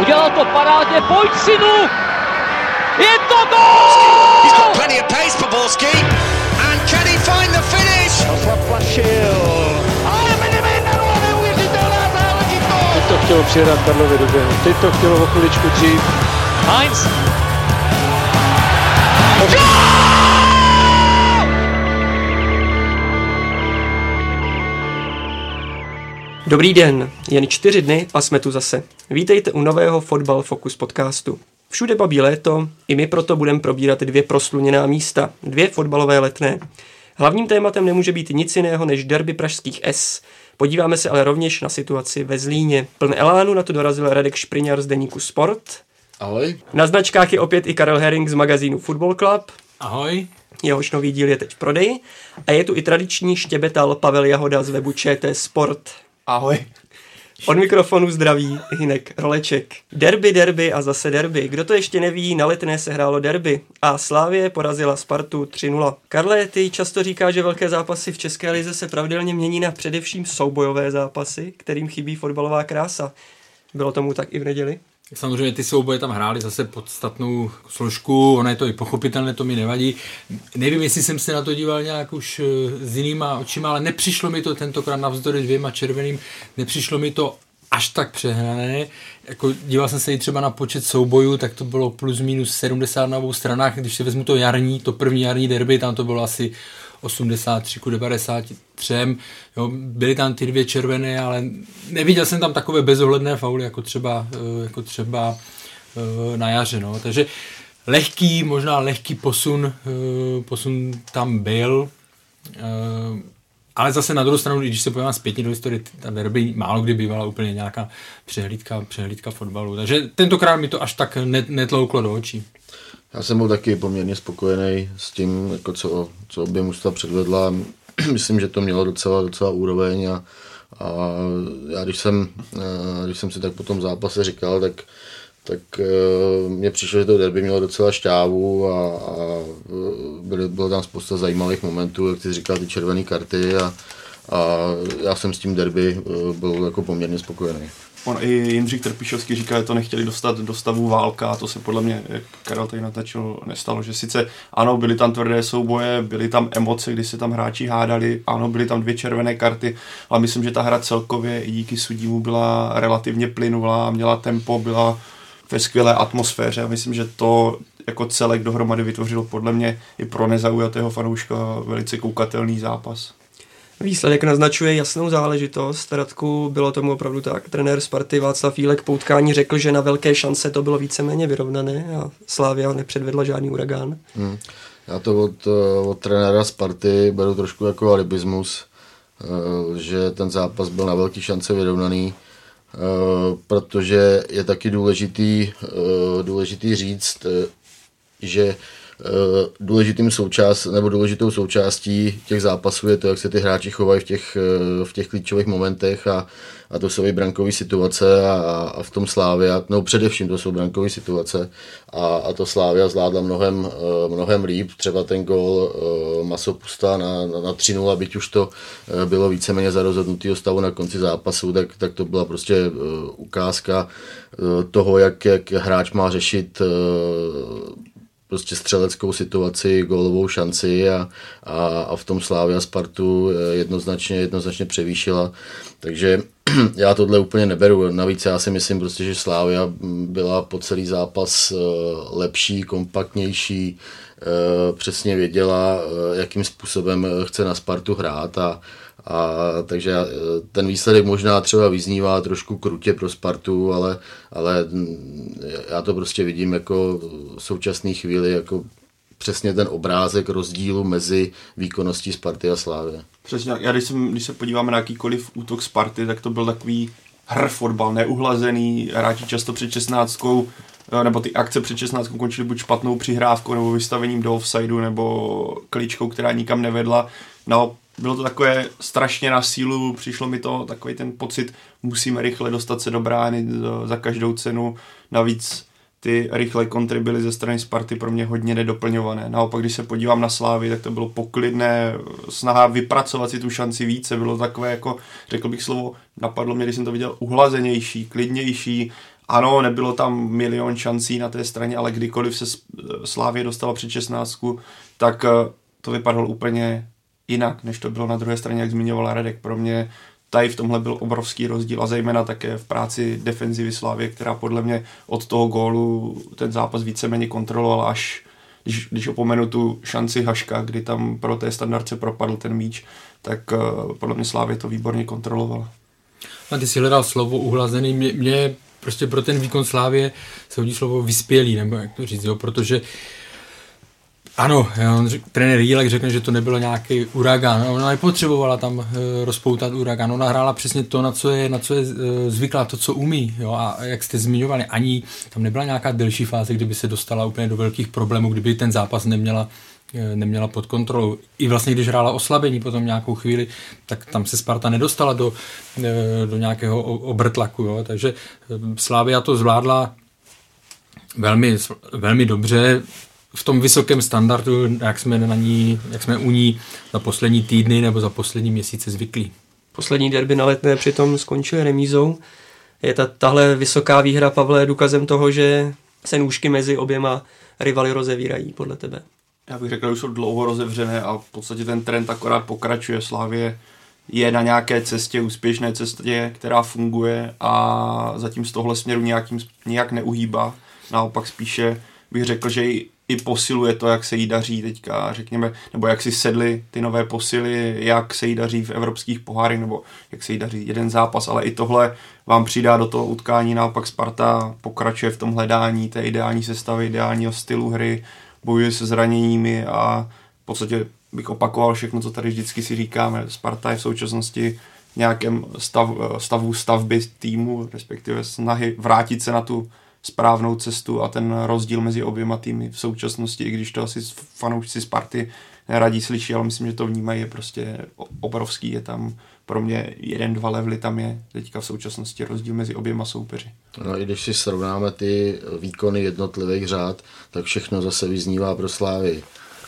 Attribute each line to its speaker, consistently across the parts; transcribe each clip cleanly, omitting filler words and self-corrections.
Speaker 1: Udělal to parádně, pojď synu! Je to gól!
Speaker 2: He's got plenty of pace for Borski. And can he find the finish?
Speaker 1: Ale Medvedev, neuvěřitelná záležitost!
Speaker 3: Teď to chtělo přijedat Karlovi do běhu, teď to chtělo o chviličku dřív.
Speaker 1: Heinz!
Speaker 4: Dobrý den, jen 4 dny a jsme tu zase. Vítejte u nového Fotbal Focus podcastu. Všude babí léto, i my proto budeme probírat 2 prosluněná místa, 2 fotbalové Letné. Hlavním tématem nemůže být nic jiného než derby pražských S. Podíváme se ale rovněž na situaci ve Zlíně. Pln elánu na to dorazil Radek Špriňar z deníku Sport.
Speaker 5: Ahoj.
Speaker 4: Na značkách je opět i Karel Herring z magazínu Football Club.
Speaker 6: Ahoj.
Speaker 4: Jehož nový díl je teď v prodeji. A je tu i tradiční štěbetal Pavel Jahoda z webu ČT Sport.
Speaker 5: Ahoj.
Speaker 4: Od mikrofonu zdraví Hynek Roleček. Derby a zase derby. Kdo to ještě neví, na Letné se hrálo derby a Slavie porazila Spartu 3-0. Karle, ty často říkáš, že velké zápasy v České lize se pravidelně mění na především soubojové zápasy, kterým chybí fotbalová krása. Bylo tomu tak i v neděli?
Speaker 6: Samozřejmě ty souboje tam hrály zase podstatnou složku, ono je to i pochopitelné, to mi nevadí. Nevím, jestli jsem se na to díval nějak už s jinýma očima, ale nepřišlo mi to tentokrát navzdory 2 červeným, nepřišlo mi to až tak přehnané. Jako díval jsem se i třeba na počet soubojů, tak to bylo plus minus 70 na obou stranách, když si vezmu to první jarní derby, tam to bylo asi 83-93. Jo, byly tam ty 2 červené, ale neviděl jsem tam takové bezohledné fauly, jako třeba na jaře. No. Takže možná lehký posun tam byl, ale zase na druhou stranu, když se podívám zpětně do historie, ta derby málo kdy bývala úplně nějaká přehlídka fotbalu. Takže tentokrát mi to až tak netlouklo do očí.
Speaker 5: Já jsem byl taky poměrně spokojený s tím, jako co obě mužstva předvedla. Myslím, že to mělo docela úroveň a já když jsem si tak po tom zápase říkal, tak mně přišlo, že to derby mělo docela šťávu a bylo tam spousta zajímavých momentů, jak ty říkal, ty červené karty a já jsem s tím derby byl jako poměrně spokojený.
Speaker 7: On i Jindřich Trpišovský říká, že to nechtěli dostat do stavu válka a to se podle mě, jak Karel tady natačil, nestalo. Že sice ano, byly tam tvrdé souboje, byly tam emoce, kdy se tam hráči hádali, ano, byly tam 2 červené karty, ale myslím, že ta hra celkově i díky sudímu byla relativně plynulá, měla tempo, byla ve skvělé atmosféře a myslím, že to jako celek dohromady vytvořilo podle mě i pro nezaujatého fanouška velice koukatelný zápas.
Speaker 4: Výsledek naznačuje jasnou záležitost. Radku, bylo tomu opravdu tak. Trenér Sparty Václav Jílek po utkání řekl, že na velké šance to bylo víceméně vyrovnané a Slavia nepředvedla žádný uragán.
Speaker 5: Já to od trenéra Sparty beru trošku jako alibismus, že ten zápas byl na velké šance vyrovnaný, protože je taky důležitý říct, že důležitou součástí těch zápasů je to, jak se ty hráči chovají v těch klíčových momentech a to jsou i brankové situace a v tom Slavia, no především to jsou brankové situace a to Slavia zvládla mnohem líp, třeba ten gól Masopusta na 3-0, byť už to bylo víceméně za rozhodnutýho stavu na konci zápasu, tak to byla prostě ukázka toho, jak hráč má řešit prostě střeleckou situaci, gólovou šanci a v tom Slavia Spartu jednoznačně převýšila. Takže já tohle úplně neberu. Navíc já si myslím prostě, že Slavia byla po celý zápas lepší, kompaktnější, přesně věděla, jakým způsobem chce na Spartu hrát takže ten výsledek možná třeba vyznívá trošku krutě pro Spartu, ale já to prostě vidím jako v současné chvíli jako přesně ten obrázek rozdílu mezi výkonností Sparty a Slavie.
Speaker 7: Přesně, když se podíváme na jakýkoliv útok Sparty, tak to byl takový fotbal, neuhlazený, hráči často před 16, nebo ty akce před 16 končily buď špatnou přihrávkou, nebo vystavením do offsideu, nebo kličkou, která nikam nevedla. No, bylo to takové strašně na sílu, přišlo mi to takový ten pocit, musíme rychle dostat se do brány za každou cenu, navíc ty rychlé kontry byly ze strany Sparty pro mě hodně nedoplňované. Naopak, když se podívám na Slávy, tak to bylo poklidné, snaha vypracovat si tu šanci více, bylo takové jako, řekl bych slovo, napadlo mě, když jsem to viděl, uhlazenější, klidnější ano, nebylo tam milion šancí na té straně, ale kdykoliv se Slavia dostala před 16, tak to vypadalo úplně jinak, než to bylo na druhé straně, jak zmiňoval Radek. Pro mě tady v tomhle byl obrovský rozdíl a zejména také v práci defenzivy Slavie, která podle mě od toho gólu ten zápas víceméně kontrolovala, až když opomenu tu šanci Haška, kdy tam pro té standardce propadl ten míč, tak podle mě Slavie to výborně kontrolovala.
Speaker 6: A ty si hledal slovo uhlazený, mě prostě pro ten výkon Slavie se hodí slovo vyspělý, nebo jak to říct, jo, protože ano, trenér Jílek řekne, že to nebylo nějaký uragán, ona nepotřebovala tam rozpoutat uragán, ona hrála přesně to, na co je zvyklá, to, co umí, jo, a jak jste zmiňovali, ani tam nebyla nějaká delší fáze, kdyby se dostala úplně do velkých problémů, kdyby ten zápas neměla pod kontrolou. I vlastně, když hrála oslabení potom nějakou chvíli, tak tam se Sparta nedostala do nějakého obrtlaku, jo, takže Slavia to zvládla velmi, velmi dobře, v tom vysokém standardu, jak jsme u ní za poslední týdny nebo za poslední měsíce zvyklí.
Speaker 4: Poslední derby na Letné přitom skončily remízou. Je tahle vysoká výhra, Pavle, důkazem toho, že se nůžky mezi oběma rivaly rozevírají, podle tebe?
Speaker 7: Já bych řekl, že už jsou dlouho rozevřené a v podstatě ten trend akorát pokračuje. Slavie je na nějaké cestě, úspěšné cestě, která funguje a zatím z tohle směru nějak neuhýbá. Naopak spíše bych řekl, že i posiluje to, jak se jí daří teďka, řekněme, nebo jak si sedly ty nové posily, jak se jí daří v evropských pohárech, nebo jak se jí daří jeden zápas, ale i tohle vám přidá do toho utkání, naopak Sparta pokračuje v tom hledání té ideální sestavy, ideálního stylu hry, bojuje se zraněními a v podstatě bych opakoval všechno, co tady vždycky si říkáme. Sparta je v současnosti v nějakém stavu stavby týmu, respektive snahy vrátit se na tu správnou cestu a ten rozdíl mezi oběma týmy v současnosti, i když to asi fanoušci Sparty neradí slyší, ale myslím, že to vnímají, je prostě obrovský. Je tam pro mě 1-2 levely, tam je teďka v současnosti rozdíl mezi oběma soupeři.
Speaker 5: No i když si srovnáme ty výkony jednotlivých řád, tak všechno zase vyznívá pro Slávy.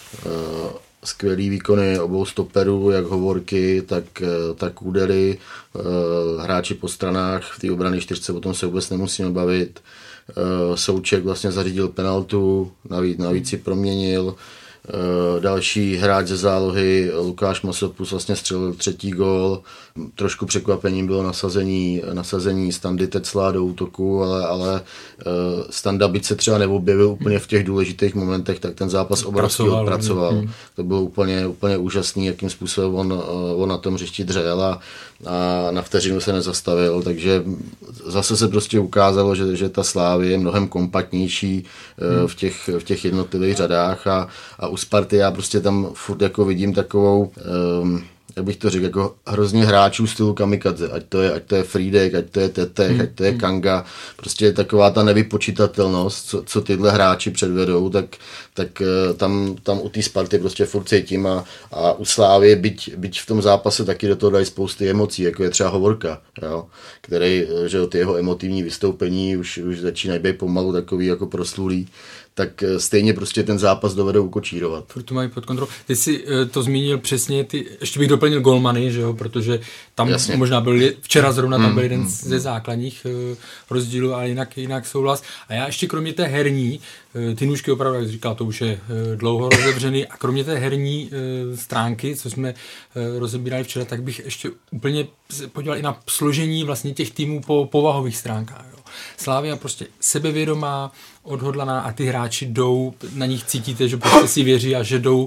Speaker 5: Skvělý výkony obou stoperů, jak Hovorky, tak údery, hráči po stranách, v té obrany 4, o tom se vůbec nemusíme bavit. Souček vlastně zařídil penaltu, navíc si proměnil. Další hráč ze zálohy, Lukáš Masopus, vlastně střelil 3. gól. Trošku překvapením bylo nasazení Standy Tecla do útoku, ale Standa, byť se třeba neobjevil úplně v těch důležitých momentech, tak ten zápas obrovský odpracoval. To bylo úplně úžasný, jakým způsobem on na tom hřišti dřel a na vteřinu se nezastavil, takže zase se prostě ukázalo, že ta Slavie je mnohem kompaktnější v těch jednotlivých řadách a u Sparty já prostě tam furt jako vidím takovou, jak bych to řekl, jako hrozně hráčů stylu kamikadze, ať to je Friedek, ať to je Tetech, ať to je Kanga, prostě taková ta nevypočitatelnost, co tyhle hráči předvedou, tak tam u té Sparty prostě furt cítím a u Slávie, byť v tom zápase taky do toho dají spousty emocí, jako je třeba Hovorka, jo, který, že ty jeho emotivní vystoupení už začínají být pomalu takový jako proslulý, tak stejně prostě ten zápas dovedou ukočírovat.
Speaker 6: Furt to mají pod kontrolou. Ty jsi to zmínil přesně, ještě bych doplnil golmany, že jo, protože tam jasně. Možná byl, včera zrovna tam byl jeden ze základních rozdílů, ale jinak souhlas. A já ještě kromě té herní, ty nůžky opravdu, jak říkal, to už je dlouho rozevřený, a kromě té herní stránky, co jsme rozebírali včera, tak bych ještě úplně podíval i na složení vlastně těch týmů po povahových stránkách. Jo. Slavia prostě sebevědomá, odhodlaná a ty hráči jdou, na nich cítíte, že prostě si věří a že jdou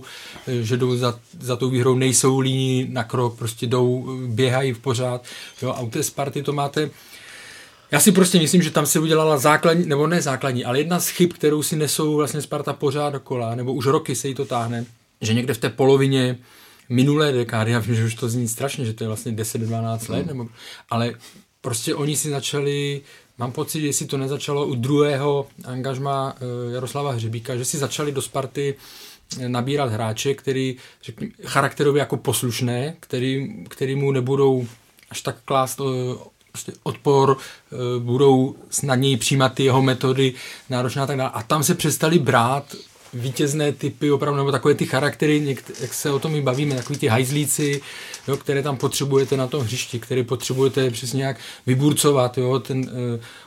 Speaker 6: za tou výhrou, nejsou líní na krok, prostě jdou, běhají v pořád. Jo, a u té Sparty to máte. Já si prostě myslím, že tam se udělala základní, nebo ne základní, ale jedna z chyb, kterou si nesou vlastně Sparta pořád dokola, nebo už roky se jí to táhne, že někde v té polovině minulé dekády, já vím, že už to zní strašně, že to je vlastně 10-12 let, ale prostě oni si začali, mám pocit, že si to nezačalo u druhého angažma Jaroslava Hřebíka, že si začali do Sparty nabírat hráče, který charakterově jako poslušné, který mu nebudou až tak klást prostě odpor, budou snadněji přijímat ty jeho metody náročné a tak dále. A tam se přestali brát vítězné typy, opravdu, nebo takové ty charaktery, jak se o tom i bavíme, takový ty hajzlíci, jo, které tam potřebujete na tom hřišti, které potřebujete přesně nějak vyburcovat, jo,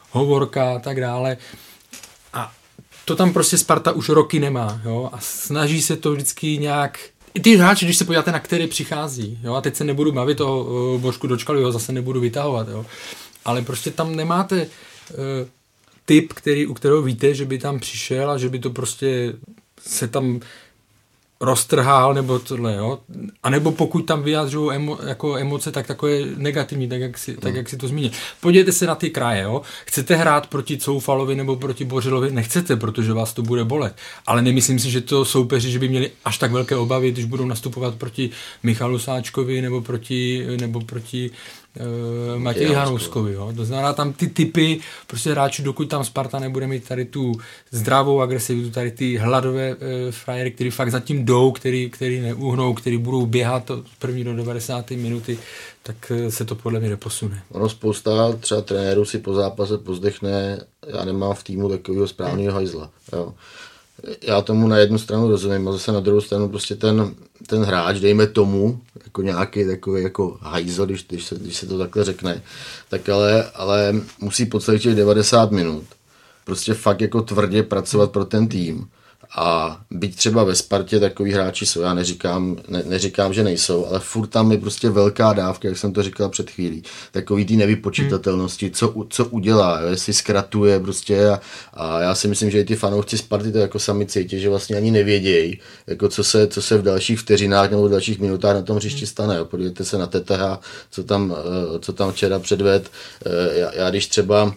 Speaker 6: Hovorka a tak dále. A to tam prostě Sparta už roky nemá, jo, a snaží se to vždycky nějak. I ty hráči, když se podíváte, na který přichází, jo, a teď se nebudu bavit o Božku Dočkalovi, zase nebudu vytahovat, jo, ale prostě tam nemáte typ, u kterého víte, že by tam přišel a že by to prostě se tam roztrhal, nebo tohle, jo. A nebo pokud tam vyjádřují jako emoce, tak takové negativní, tak jak si to zmínil. Podívejte se na ty kraje, jo. Chcete hrát proti Coufalovi nebo proti Bořilovi? Nechcete, protože vás to bude bolet. Ale nemyslím si, že to soupeři, že by měli až tak velké obavy, když budou nastupovat proti Michalu Sáčkovi nebo proti Matěji Hanouskovi, jo. To znamená tam ty typy, prostě hráči, dokud tam Sparta nebude mít tady tu zdravou agresivitu, tady ty hladové frajery, který fakt zatím jdou, který neuhnou, který budou běhat od první do 90. minuty, tak se to podle mě neposune.
Speaker 5: Ono spousta třeba trenérů si po zápase pozdechne, já nemám v týmu takového správného hajzla, jo. Já tomu na jednu stranu rozumím, a zase na druhou stranu prostě ten hráč, dejme tomu, jako nějaký takový jako hajzl, když se to takhle řekne, tak ale musí po celých těch 90 minut prostě fakt jako tvrdě pracovat pro ten tým. A byť třeba ve Spartě takový hráči jsou, já neříkám, že nejsou, ale furt tam je prostě velká dávka, jak jsem to říkal před chvílí, takový ty nevypočitatelnosti, co udělá, jo, jestli zkratuje prostě a já si myslím, že i ty fanoušci Sparty to jako sami cítí, že vlastně ani nevědějí, jako co se v dalších vteřinách nebo v dalších minutách na tom hřišti stane. Jo. Podívejte se na TTH, co tam včera předved. Já když třeba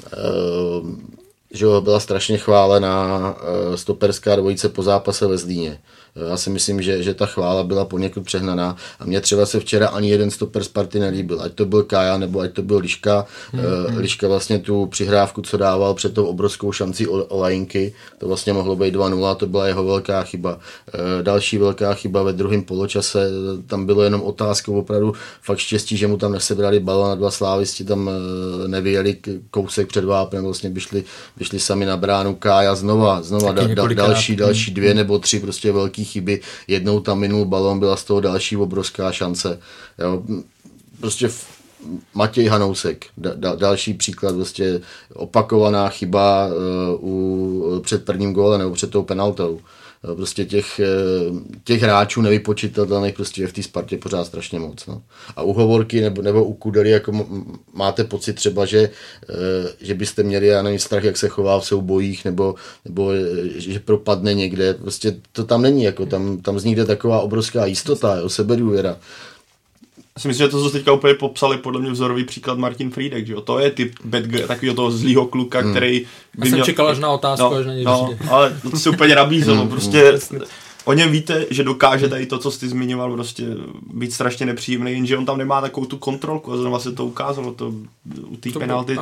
Speaker 5: že byla strašně chválená stoperská dvojice po zápase ve Zlíně. Já si myslím, že ta chvála byla poněkud přehnaná a mně třeba se včera ani jeden stoper Sparty nelíbil. Ať to byl Kája, nebo ať to byl Liška. Liška vlastně tu přihrávku, co dával před tou obrovskou šancí o Lajinky, to vlastně mohlo být 2-0, to byla jeho velká chyba. Další velká chyba ve druhém poločase, tam bylo jenom otázkou opravdu fakt štěstí, že mu tam nesebrali balon a dva slávisti tam nevyjeli kousek před vápnem, vlastně by šli sami na bránu. Kája znova další 2 nebo 3 prostě velký chyby, jednou tam minul balon, byla z toho další obrovská šance. Jo. Prostě Matěj Hanousek, další příklad, prostě opakovaná chyba před prvním gólem nebo před tou penaltou. Prostě těch hráčů nevypočitatelných prostě je v té Spartě pořád strašně moc. No. A u Hovorky nebo u Kudely jako máte pocit třeba, že byste měli, já nevím, strach, jak se chová v soubojích, nebo že propadne někde. Prostě to tam není, jako tam vznikne taková obrovská jistota, jo, sebedůvěra.
Speaker 7: Já si myslím, že to, co teďka úplně popsali, podle mě vzorový příklad Martin Friedek, že jo? To je typ takového toho zlýho kluka, který
Speaker 6: by měl... čekal až na otázku, až na něj
Speaker 7: ale to se úplně nabízelo, prostě o něm víte, že dokáže tady to, co jsi zmiňoval, prostě být strašně nepříjemný, jenže on tam nemá takovou tu kontrolku a znovu se to ukázalo, to u té penalty,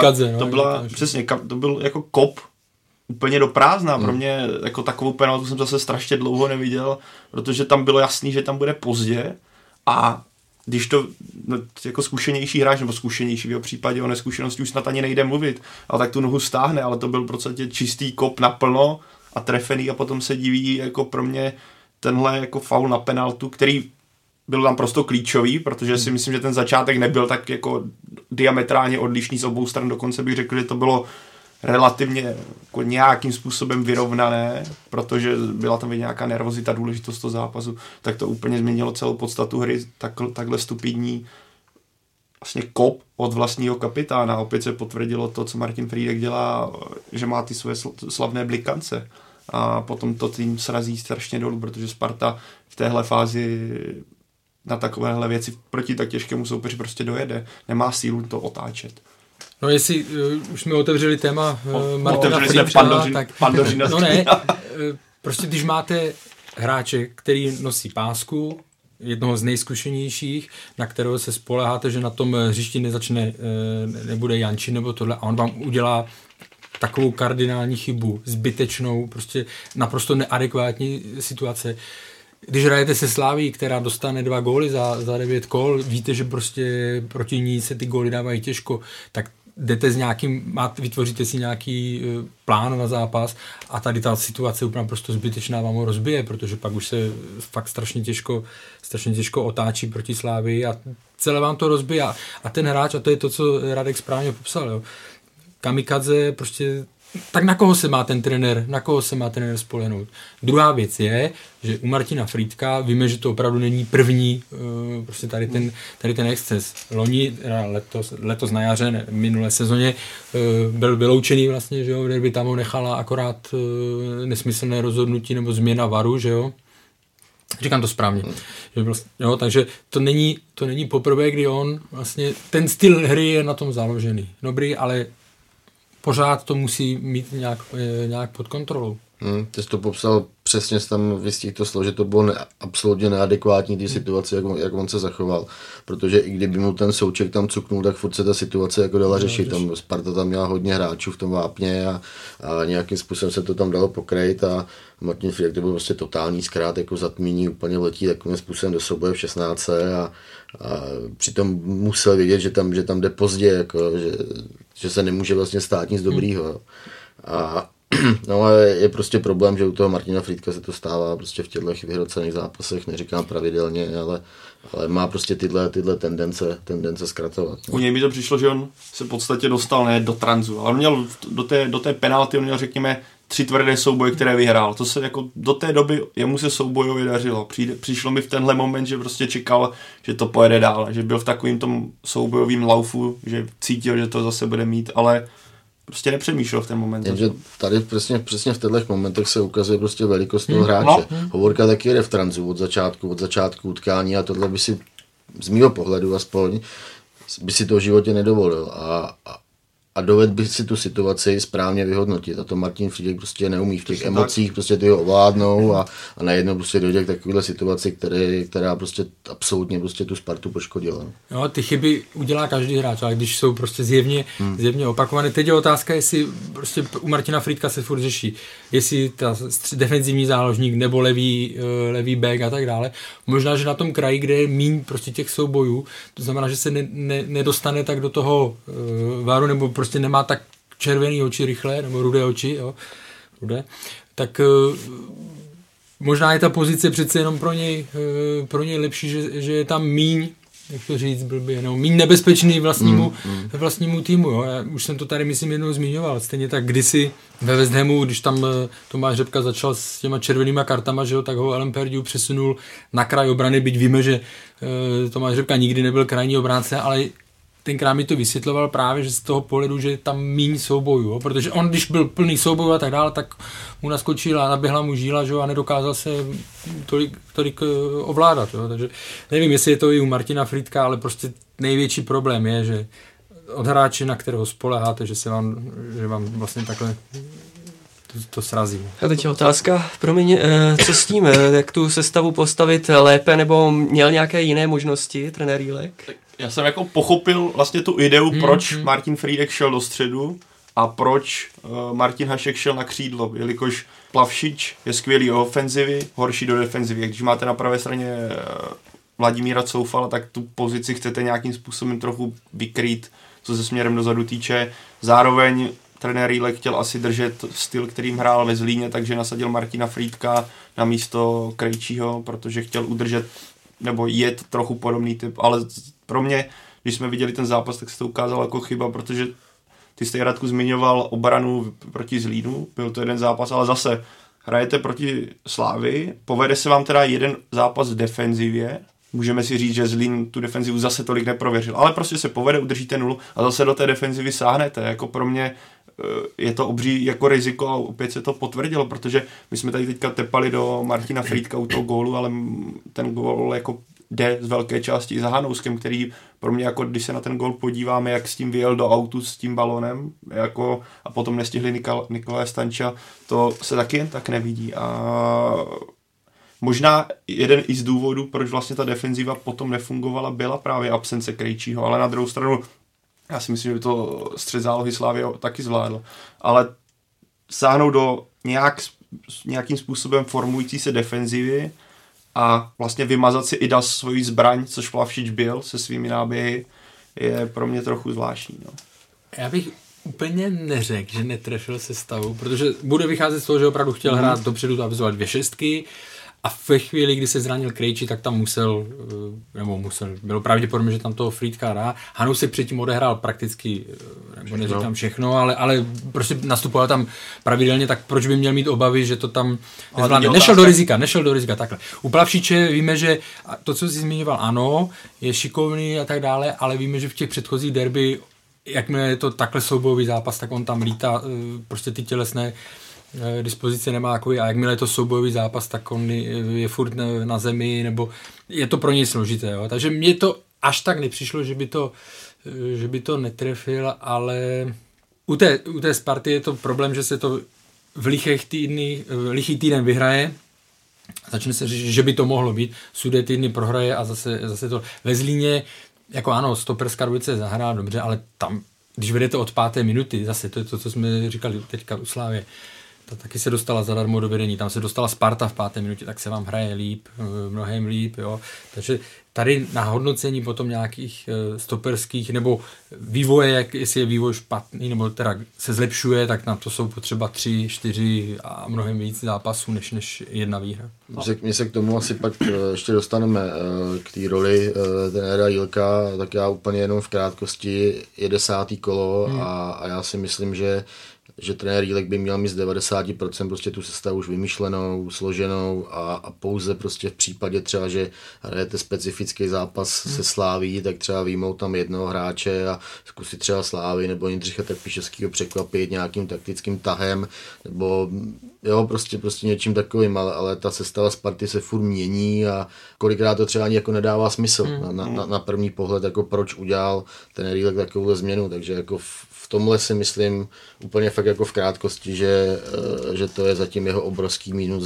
Speaker 7: to byl jako kop úplně do prázdna, pro mě jako takovou penaltu jsem zase strašně dlouho neviděl, protože tam bylo jasný, že tam bude pozdě a když to jako zkušenější hráč, nebo zkušenější v jeho případě o neskušenosti už snad ani nejde mluvit, ale tak tu nohu stáhne, ale to byl prostě čistý kop naplno a trefený a potom se diví jako pro mě tenhle jako faul na penaltu, který byl tam prosto klíčový, protože si myslím, že ten začátek nebyl tak jako diametrálně odlišný z obou stran, dokonce bych řekl, že to bylo relativně jako nějakým způsobem vyrovnané, protože byla tam nějaká nervozita, důležitost toho zápasu, tak to úplně změnilo celou podstatu hry, takhle stupidní vlastně kop od vlastního kapitána. Opět se potvrdilo to, co Martin Friedek dělá, že má ty svoje slavné blikance a potom to tým srazí strašně dolů, protože Sparta v téhle fázi na takovéhle věci proti tak těžkému soupeři prostě dojede. Nemá sílu to otáčet.
Speaker 6: No jestli už jsme otevřeli téma Martina Friedricha, tak... No ne, prostě když máte hráče, který nosí pásku, jednoho z nejzkušenějších, na kterého se spoléháte, že na tom hřišti nebude Janči nebo tohle, a on vám udělá takovou kardinální chybu, zbytečnou, prostě naprosto neadekvátní situace. Když hrajete se Slaví, která dostane 2 góly za 9 kol, víte, že prostě proti ní se ty góly dávají těžko, tak jdete s nějakým, vytvoříte si nějaký plán na zápas a tady ta situace úplně prostě zbytečná vám ho rozbije, protože pak už se fakt strašně těžko otáčí proti Slávii a celé vám to rozbije a ten hráč, a to je to, co Radek správně popsal, jo. kamikadze, prostě tak na koho se má ten trenér spolehnout. Druhá věc je, že u Martina Frýdka víme, že to opravdu není první prostě tady ten exces. Loni, letos na jaře, minulé sezóně byl vyloučený vlastně, že jo, derby tam ho nechala akorát nesmyslné rozhodnutí nebo změna VARu, že jo. Říkám to správně. Jo, takže to není poprvé, kdy on vlastně, ten styl hry je na tom založený. Dobrý, ale pořád to musí mít nějak pod kontrolou.
Speaker 5: Ty jsi to popsal přesně, tam vystihl to slovo, že to bylo absolutně neadekvátní té situaci, jak on se zachoval. Protože i kdyby mu ten Souček tam cuknul, tak furt se ta situace jako dala řešit. Tam Sparta tam měla hodně hráčů v tom vápně a nějakým způsobem se to tam dalo pokrejt a Martin Frýdek to byl prostě totální zkrát, jako zatmění, úplně letí takovým způsobem do souboje v 16 a přitom musel vědět, že tam jde pozdě, jako, že se nemůže vlastně stát nic dobrýho. No ale je prostě problém, že u toho Martina Frýdka se to stává prostě v těchto vyhrocených zápasech, neříkám pravidelně, ale má prostě tyhle tendence zkratovat.
Speaker 7: U něj mi to přišlo, že on se v podstatě dostal ne do tranzu, ale on měl do té penalty, on měl řekněme 3 tvrdé souboje, které vyhrál. To se jako do té doby jemu se soubojově dařilo. Přišlo mi v tenhle moment, že prostě čekal, že to pojede dál, že byl v takovým tom soubojovým laufu, že cítil, že to zase bude mít, ale prostě nepřemýšlel v ten moment.
Speaker 5: Jenže tady přesně v těchto momentech se ukazuje prostě velikost toho hráče. Hovorka taky jede v tranzu od začátku utkání a tohle by si z mýho pohledu aspoň by si to v životě nedovolil a dovedl by si tu situaci správně vyhodnotit. A to Martin Frýdek prostě neumí v těch emocích, prostě ty ho ovládnou a najednou prostě dojde k takovéhle situaci, která prostě absolutně prostě tu Spartu poškodila.
Speaker 6: No, ty chyby udělá každý hráč, ale když jsou prostě zjevně opakované. Teď je otázka, jestli prostě u Martina Frýdka se furt řeší, jestli ta defenzivní záložník nebo levý back a tak dále. Možná, že na tom kraji, kde je míň prostě těch soubojů, to znamená, že se nedostane tak do toho VARu nebo prostě nemá tak červený oči rychle, nebo rudé oči, jo, tak možná je ta pozice přece jenom pro něj lepší, že je tam míň, jak to říct blbě, no, míň nebezpečný vlastnímu týmu, jo. Já už jsem to tady, myslím, jednou zmiňoval, stejně tak kdysi ve West Hamu, když tam Tomáš Řepka začal s těma červenýma kartama, že jo, tak ho Alan Pardew přesunul na kraj obrany, byť víme, že Tomáš Řepka nikdy nebyl krajní obránce, ale tenkrát mi to vysvětloval právě, že z toho pohledu, že je tam míň soubojů, jo? Protože on, když byl plný soubojů a tak dále, tak mu naskočila, naběhla mu žíla, že jo? A nedokázal se tolik ovládat. Jo? Takže nevím, jestli je to i u Martina Frýdka, ale prostě největší problém je, že od hráče, na kterého spoléháte, že vám vlastně takhle to srazí.
Speaker 4: A teď je otázka, promiň, co s tím, jak tu sestavu postavit lépe, nebo měl nějaké jiné možnosti trenér Jílek?
Speaker 7: Já jsem jako pochopil vlastně tu ideu, proč Martin Frýdek šel do středu a proč Martin Hašek šel na křídlo, jelikož Plavšič je skvělý o ofenzivy, horší do defenzivy. Když máte na pravé straně Vladimíra Coufala, tak tu pozici chcete nějakým způsobem trochu vykrýt, co se směrem dozadu týče. Zároveň trenér Jílek chtěl asi držet styl, kterým hrál ve Zlíně, takže nasadil Martina Frýdka na místo Krejčího, protože chtěl udržet nebo je to trochu podobný typ, ale pro mě, když jsme viděli ten zápas, tak se to ukázalo jako chyba, protože ty jste, Radku, zmiňoval obranu proti Zlínu, byl to jeden zápas, ale zase hrajete proti Slávii, povede se vám teda jeden zápas v defenzivě, můžeme si říct, že Zlín tu defenzivu zase tolik neprověřil, ale prostě se povede, udržíte nulu a zase do té defenzivy sáhnete, jako pro mě je to obří jako riziko a opět se to potvrdilo, protože my jsme tady teďka tepali do Martina Frýdka u toho gólu, ale ten gól jako jde z velké části i za Hanouskem, který pro mě, jako když se na ten gól podíváme, jak s tím vyjel do autu s tím balonem jako, a potom nestihli Nikolaje Stanča, to se taky jen tak nevidí a možná jeden i z důvodů, proč vlastně ta defenziva potom nefungovala, byla právě absence Krejčího, ale na druhou stranu já si myslím, že to střed zálohy Slávy taky zvládl. Ale sáhnout do nějakým způsobem formující se defenzivy a vlastně vymazat si i dal svoji zbraň, což Plavšič byl se svými náběhy, je pro mě trochu zvláštní. No.
Speaker 6: Já bych úplně neřekl, že netrefil sestavu, protože bude vycházet z toho, že opravdu chtěl hrát dopředu, to avizoval 2 šestky A ve chvíli, kdy se zranil Krejčí, tak tam bylo pravděpodobně, že tam toho Frýdka dá. Hanousek předtím odehrál prakticky, nebo neříkám všechno, ale prostě nastupoval tam pravidelně, tak proč by měl mít obavy, že to tam nezvládne. Nešel do rizika, takhle. U Plavšiče víme, že to, co jsi zmiňoval, ano, je šikovný a tak dále, ale víme, že v těch předchozích derby, jakmile je to takhle soubojový zápas, tak on tam lítá, prostě ty tělesné dispozice nemá takový, a jakmile je to soubojový zápas, tak on je furt na zemi, nebo je to pro něj složité. Jo? Takže mně to až tak nepřišlo, že by to netrefil, ale u té Sparty je to problém, že se to v lichý týden vyhraje, začne se říct, že by to mohlo být, sudé týdny prohraje a zase to ve Zlíně, jako ano, stoperská dvojice zahrá dobře, ale tam, když vedete od 5. minuty, zase to je to, co jsme říkali teďka u Slávě, ta taky se dostala zadarmo do vedení, tam se dostala Sparta v 5. minutě, tak se vám hraje líp, mnohem líp, jo. Takže tady na hodnocení potom nějakých stoperských nebo vývoje, jestli je vývoj špatný, nebo teda se zlepšuje, tak na to jsou potřeba 3, 4 a mnohem víc zápasů, než jedna výhra.
Speaker 5: My se k tomu asi pak ještě dostaneme k té roli trenéra Jílka, tak já úplně jenom v krátkosti je 10. kolo a já si myslím, že trenér Jílek by měl mít z 90% prostě tu sestavu už vymyšlenou, složenou a pouze prostě v případě třeba, že hrajete specifický zápas se Sláví, tak třeba výjmout tam jednoho hráče a zkusit třeba Slávy nebo Jindřicha Trpišovského překvapit nějakým taktickým tahem, nebo jo, prostě něčím takovým, ale ta sestava Sparty se furt mění a kolikrát to třeba ani jako nedává smysl na první pohled, jako proč udělal trenér Jílek takovou změnu, takže jako v tomhle si myslím úplně fakt jako v krátkosti, že to je zatím jeho obrovský mínus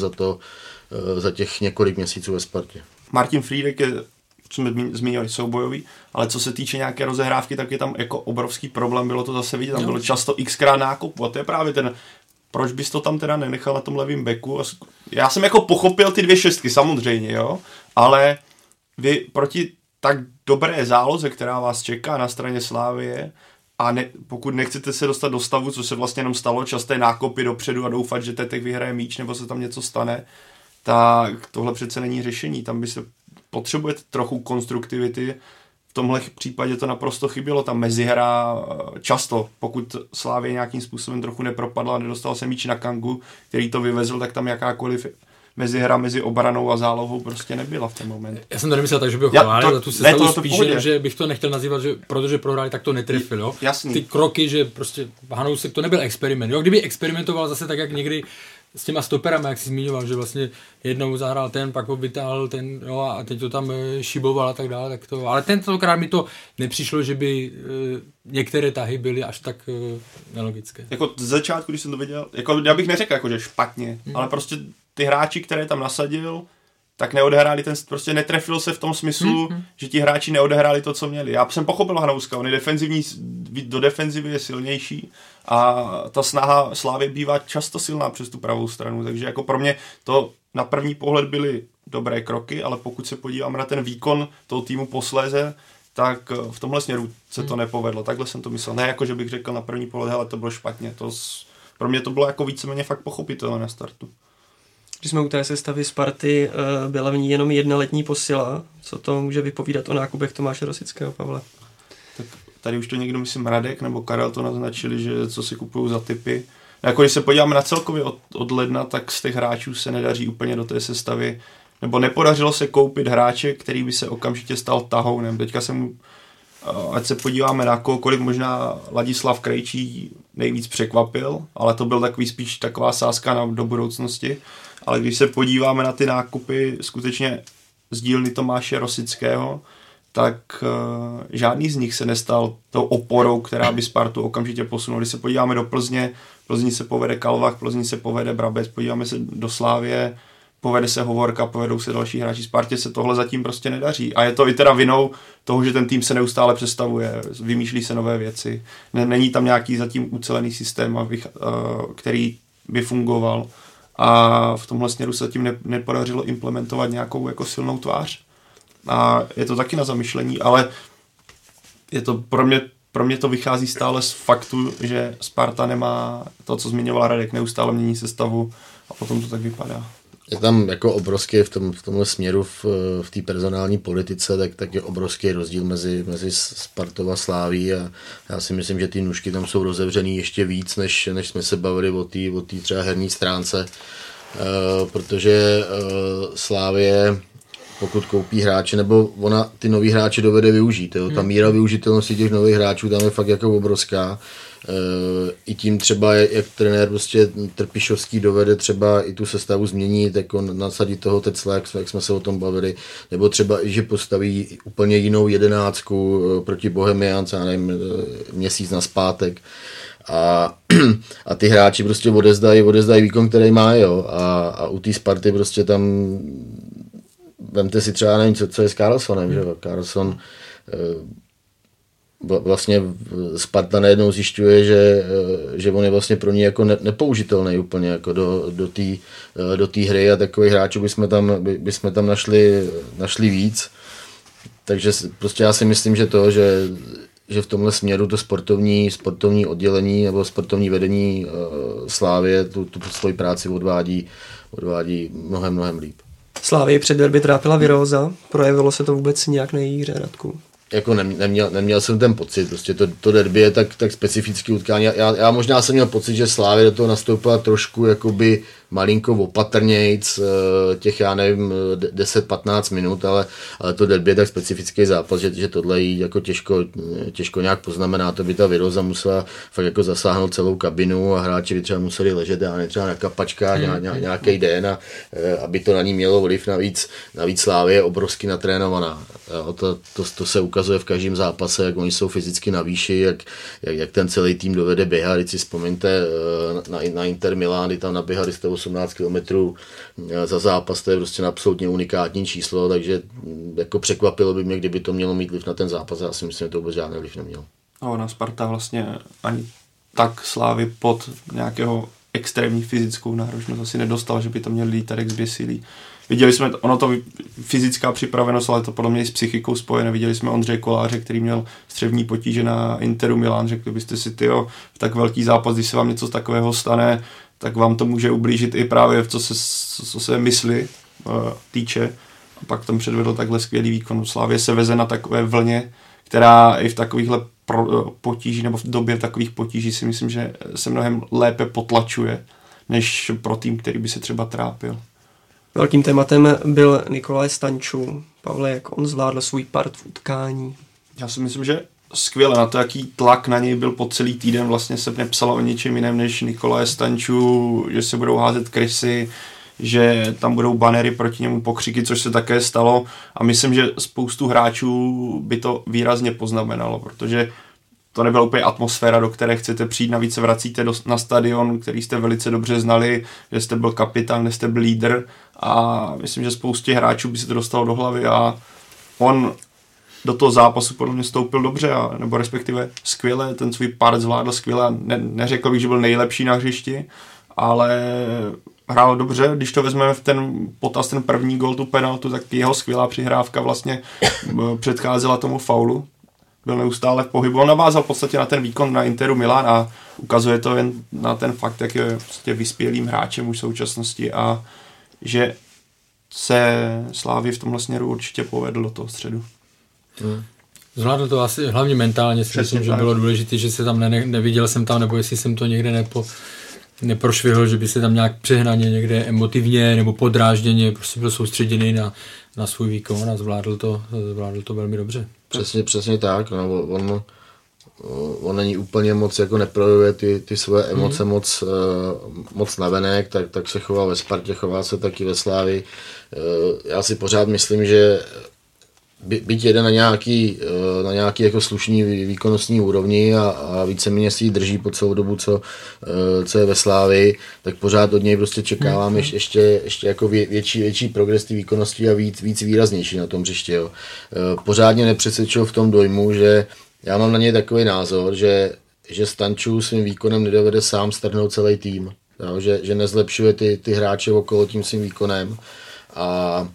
Speaker 5: za těch několik měsíců ve Spartě.
Speaker 7: Martin Frýdek je, co jsme zmínili, soubojový, ale co se týče nějaké rozehrávky, tak je tam jako obrovský problém, bylo to zase vidět, tam bylo často xkrát nákup, a to je právě ten, proč bys to tam teda nenechal na tom levým beku. Já jsem jako pochopil ty 2 šestky, samozřejmě, jo, ale vy proti tak dobré záloze, která vás čeká na straně Slávie, a pokud nechcete se dostat do stavu, co se vlastně jenom stalo, časté nákopy dopředu a doufat, že Tetek vyhraje míč nebo se tam něco stane, tak tohle přece není řešení. Tam by se potřebujete trochu konstruktivity. V tomhle případě to naprosto chybělo. Tam mezihra často, pokud Slávě nějakým způsobem trochu nepropadla a nedostal se míč na Kangu, který to vyvezl, tak tam jakákoliv mezihra mezi obranou a zálohou prostě nebyla v ten moment.
Speaker 6: Já jsem to nemyslel tak, že bych ho chválil za tu sestavu, spíš, že bych to nechtěl nazývat, že protože prohráli, tak to netrefil. Jo?
Speaker 7: Jasný.
Speaker 6: Ty kroky, že prostě Hanousek, to nebyl experiment. Jo? Kdyby experimentoval zase tak, jak někdy s těma stoperama, jak jsi zmiňoval, že vlastně jednou zahrál ten, pak ho vytáhl ten, jo, a teď to tam šiboval a tak dále, tak to, ale tentokrát mi to nepřišlo, že by některé tahy byly až tak nelogické.
Speaker 7: Jako z začátku, když jsem to viděl, jako já bych neřekl, jako, že špatně, ale prostě ty hráči, které tam nasadil, tak neodehráli prostě netrefil se v tom smyslu, že ti hráči neodehráli to, co měli. Já jsem pochopil Hanouska, on je defenzivní, do defenzivy je silnější a ta snaha Slávy bývá často silná přes tu pravou stranu, takže jako pro mě to na první pohled byly dobré kroky, ale pokud se podíváme na ten výkon toho týmu posléze, tak v tomhle směru se to nepovedlo. Takhle jsem to myslel. Ne jako, že bych řekl na první pohled, hele, to bylo špatně. Pro mě to bylo jako víceméně fakt pochopitelné na startu.
Speaker 4: Když jsme u té sestavy Sparty, byla v ní jenom jedna letní posila. Co to může vypovídat o nákupech Tomáše Rosického, Pavle?
Speaker 7: Tak tady už to někdo, myslím, Radek nebo Karel to naznačili, že co si kupují za typy. Jako když se podíváme na celkově od ledna, tak z těch hráčů se nedaří úplně do té sestavy, nebo nepodařilo se koupit hráče, který by se okamžitě stal tahounem. Teďka jsem, ať se podíváme na kolik možná Ladislav Krejčí nejvíc překvapil, ale to byl takový spíš taková sázka do budoucnosti. Ale když se podíváme na ty nákupy skutečně z dílny Tomáše Rosického, tak žádný z nich se nestal tou oporou, která by Spartu okamžitě posunula. Když se podíváme do Plzně, Plzni se povede Kalvach, Plzni se povede Brabec, podíváme se do Slávie, povede se Hovorka, povedou se další hráči. Spartě se tohle zatím prostě nedaří. A je to i teda vinou toho, že ten tým se neustále přestavuje, vymýšlí se nové věci. Není tam nějaký zatím ucelený systém, který by fungoval. A v tomhle směru se tím nepodařilo implementovat nějakou jako silnou tvář. A je to taky na zamyšlení, ale je to pro mě to vychází stále z faktu, že Sparta nemá to, co zmiňoval Radek, neustále mění sestavu a potom to tak vypadá.
Speaker 5: Je tam jako obrovský v tomhle směru v té personální politice, tak je obrovský rozdíl mezi Spartou a Slaví a já si myslím, že ty nůžky tam jsou rozevřený ještě víc, než jsme se bavili o té třeba herní stránce, protože Slávie, pokud koupí hráče, nebo ona ty nový hráče dovede využít. Jo. Ta míra využitelnosti těch nových hráčů tam je fakt jako obrovská. I tím třeba, jak trenér prostě Trpišovský dovede třeba i tu sestavu změnit, jako nasadit toho Tecla, jak jsme se o tom bavili, nebo třeba i, že postaví úplně jinou 11 proti Bohemians, já nevím, měsíc nazpátek. A ty hráči prostě odezdají výkon, který má, jo. A u té Sparty prostě tam vemte si třeba, nevím, co je s Karlssonem, že Karlsson vlastně Sparta najednou zjišťuje, že on je vlastně pro ní jako nepoužitelný úplně jako do té hry a takových hráčů bychom tam našli víc. Takže prostě já si myslím, že že v tomhle směru to sportovní oddělení nebo sportovní vedení Slávie tu svoji práci odvádí mnohem líp.
Speaker 4: Slávii před derby trápila viróza, projevilo se to vůbec nějak na její hře, Radku?
Speaker 5: Jako neměl jsem ten pocit, prostě to derby je tak specifický utkání. Já možná jsem měl pocit, že Slávia do toho nastoupila trošku jakoby malinko opatrnějc, těch já nevím 10-15 minut, ale to derby je tak specifický zápas, že tohle jí jako těžko nějak poznamená, to by ta viróza musela fakt jako zasáhnout celou kabinu a hráči by třeba museli ležet třeba na kapačkách nějaký den, aby to na ní mělo vliv, navíc Slávie je obrovsky natrénovaná. To se ukazuje v každém zápase, jak oni jsou fyzicky na výši, jak ten celý tým dovede běhat. Když si vzpomeňte na Inter Milan, kdy tam naběhali 118 km za zápas, to je prostě absolutně unikátní číslo, takže jako překvapilo by mě, kdyby to mělo mít vliv na ten zápas. Já si myslím, že to vůbec žádný vliv nemělo.
Speaker 7: A ona Sparta vlastně ani tak Slávy pod nějakého extrémní fyzickou náročnost asi nedostal, že by to měl lítat jak zběsilý. Viděli jsme, ono to fyzická připravenost, ale to podle mě i s psychikou spojené. Viděli jsme Ondřeje Koláře, který měl střevní potíže na Interu Milan. Řekli byste si, tyjo, v tak velký zápas, když se vám něco takového stane, tak vám to může ublížit i právě v co se mysli týče. A pak tam předvedl takhle skvělý výkon. Slávě se veze na takové vlně, která i v takovýchhle potíží, nebo v době takových potíží si myslím, že se mnohem lépe potlačuje, než pro tým, který by se třeba trápil.
Speaker 4: Velkým tématem byl Nikolaj Stanču. Pavle, jak on zvládl svůj part v utkání?
Speaker 7: Já si myslím, že skvěle na to, jaký tlak na něj byl po celý týden. Vlastně se nepsalo o ničem jiném než Nikolaje Stanču, že se budou házet krysy, že tam budou banery proti němu, pokřiky, což se také stalo. A myslím, že spoustu hráčů by to výrazně poznamenalo, protože to nebyla úplně atmosféra, do které chcete přijít. Navíc se vracíte na stadion, který jste velice dobře znali, že jste byl kapitán, že jste byl lídr a myslím, že spoustě hráčů by se to dostalo do hlavy a on do toho zápasu podle mě stoupil dobře, nebo respektive skvěle, ten svůj part zvládl skvěle. Neřekl bych, že byl nejlepší na hřišti, ale hrál dobře. Když to vezmeme v ten první gól, tu penaltu, tak jeho skvělá přihrávka vlastně předcházela tomu faulu. Byl neustále v pohybu. On navázal v podstatě na ten výkon na Interu Milan a ukazuje to jen na ten fakt, jak je prostě vyspělým hráčem už v současnosti a že se Slávy v tomhle směru určitě povedl do toho středu.
Speaker 6: Zvládl to asi hlavně mentálně, si myslím, že bylo důležité, že se tam neviděl jsem tam, nebo jestli jsem to někde neprošvihl, že by se tam nějak přehnaně někde emotivně nebo podrážděně prostě byl soustředěný na svůj výkon a zvládl to velmi dobře.
Speaker 5: Přesně tak. No, on není úplně moc, jako neprojevuje ty svoje emoce moc navenek, tak se choval ve Spartě, choval se taky ve Slávii. Já si pořád myslím, že byť jede na nějaký jako slušný výkonnostní úrovni a víceméně si ji drží po celou dobu, co je ve Slávii, tak pořád od něj prostě čekáváme ještě jako větší progres té výkonnosti a víc výraznější na tom hřišti. Jo. Pořádně nepřesvědčil v tom dojmu, že já mám na něj takový názor, že Stanču svým výkonem nedovede sám strhnout celý tým, jo, že nezlepšuje ty hráče okolo tím svým výkonem a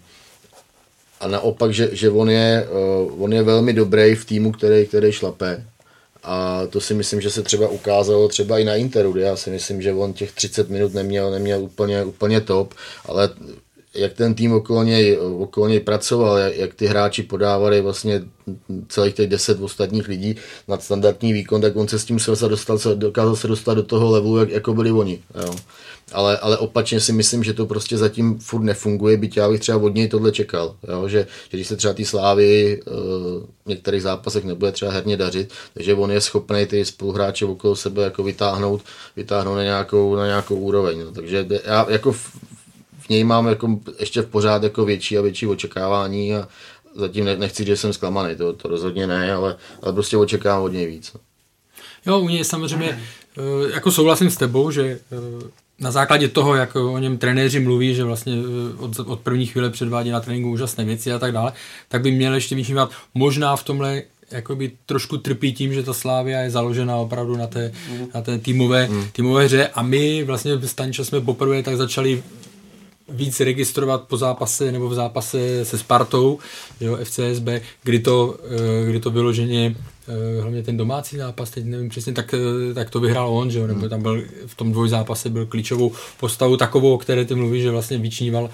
Speaker 5: naopak, že on je velmi dobrý v týmu, který šlape A to si myslím, že se třeba ukázalo třeba i na Interu, já si myslím, že on těch 30 minut neměl úplně top, ale jak ten tým okolo něj pracoval, jak ty hráči podávali vlastně celých těch 10 ostatních lidí nad standardní výkon, tak on se s tím dokázal se dostat do toho levelu, jako byli oni. Jo. Ale opačně si myslím, že to prostě zatím furt nefunguje, byť já bych třeba od něj tohle čekal, jo, že když se třeba té Slávy v některých zápasech nebude třeba herně dařit, takže on je schopný ty spoluhráče okolo sebe jako vytáhnout na nějakou úroveň. No. Takže já jako v něj mám jako ještě v pořád jako větší a větší očekávání a zatím nechci, že jsem zklamaný, to rozhodně ne, ale prostě očekávám od něj víc. No.
Speaker 6: Jo, u něj samozřejmě jako souhlasím s tebou, že na základě toho, jak o něm trenéři mluví, že vlastně od první chvíle předvádí na tréninku úžasné věci a tak dále, tak by měl ještě vyšívat. Možná v tomhle jakoby trošku trpí tím, že ta Slavia je založena opravdu na té týmové hře a my vlastně v Stanče jsme poprvé tak začali víc registrovat po zápase nebo v zápase se Spartou, jo, FCSB, kdy to vyloženě hlavně ten domácí zápas, teď nevím přesně, tak to vyhrál on, že jo, nebo tam byl v tom dvojzápase byl klíčovou postavu takovou, o které ty mluvíš, že vlastně vyčníval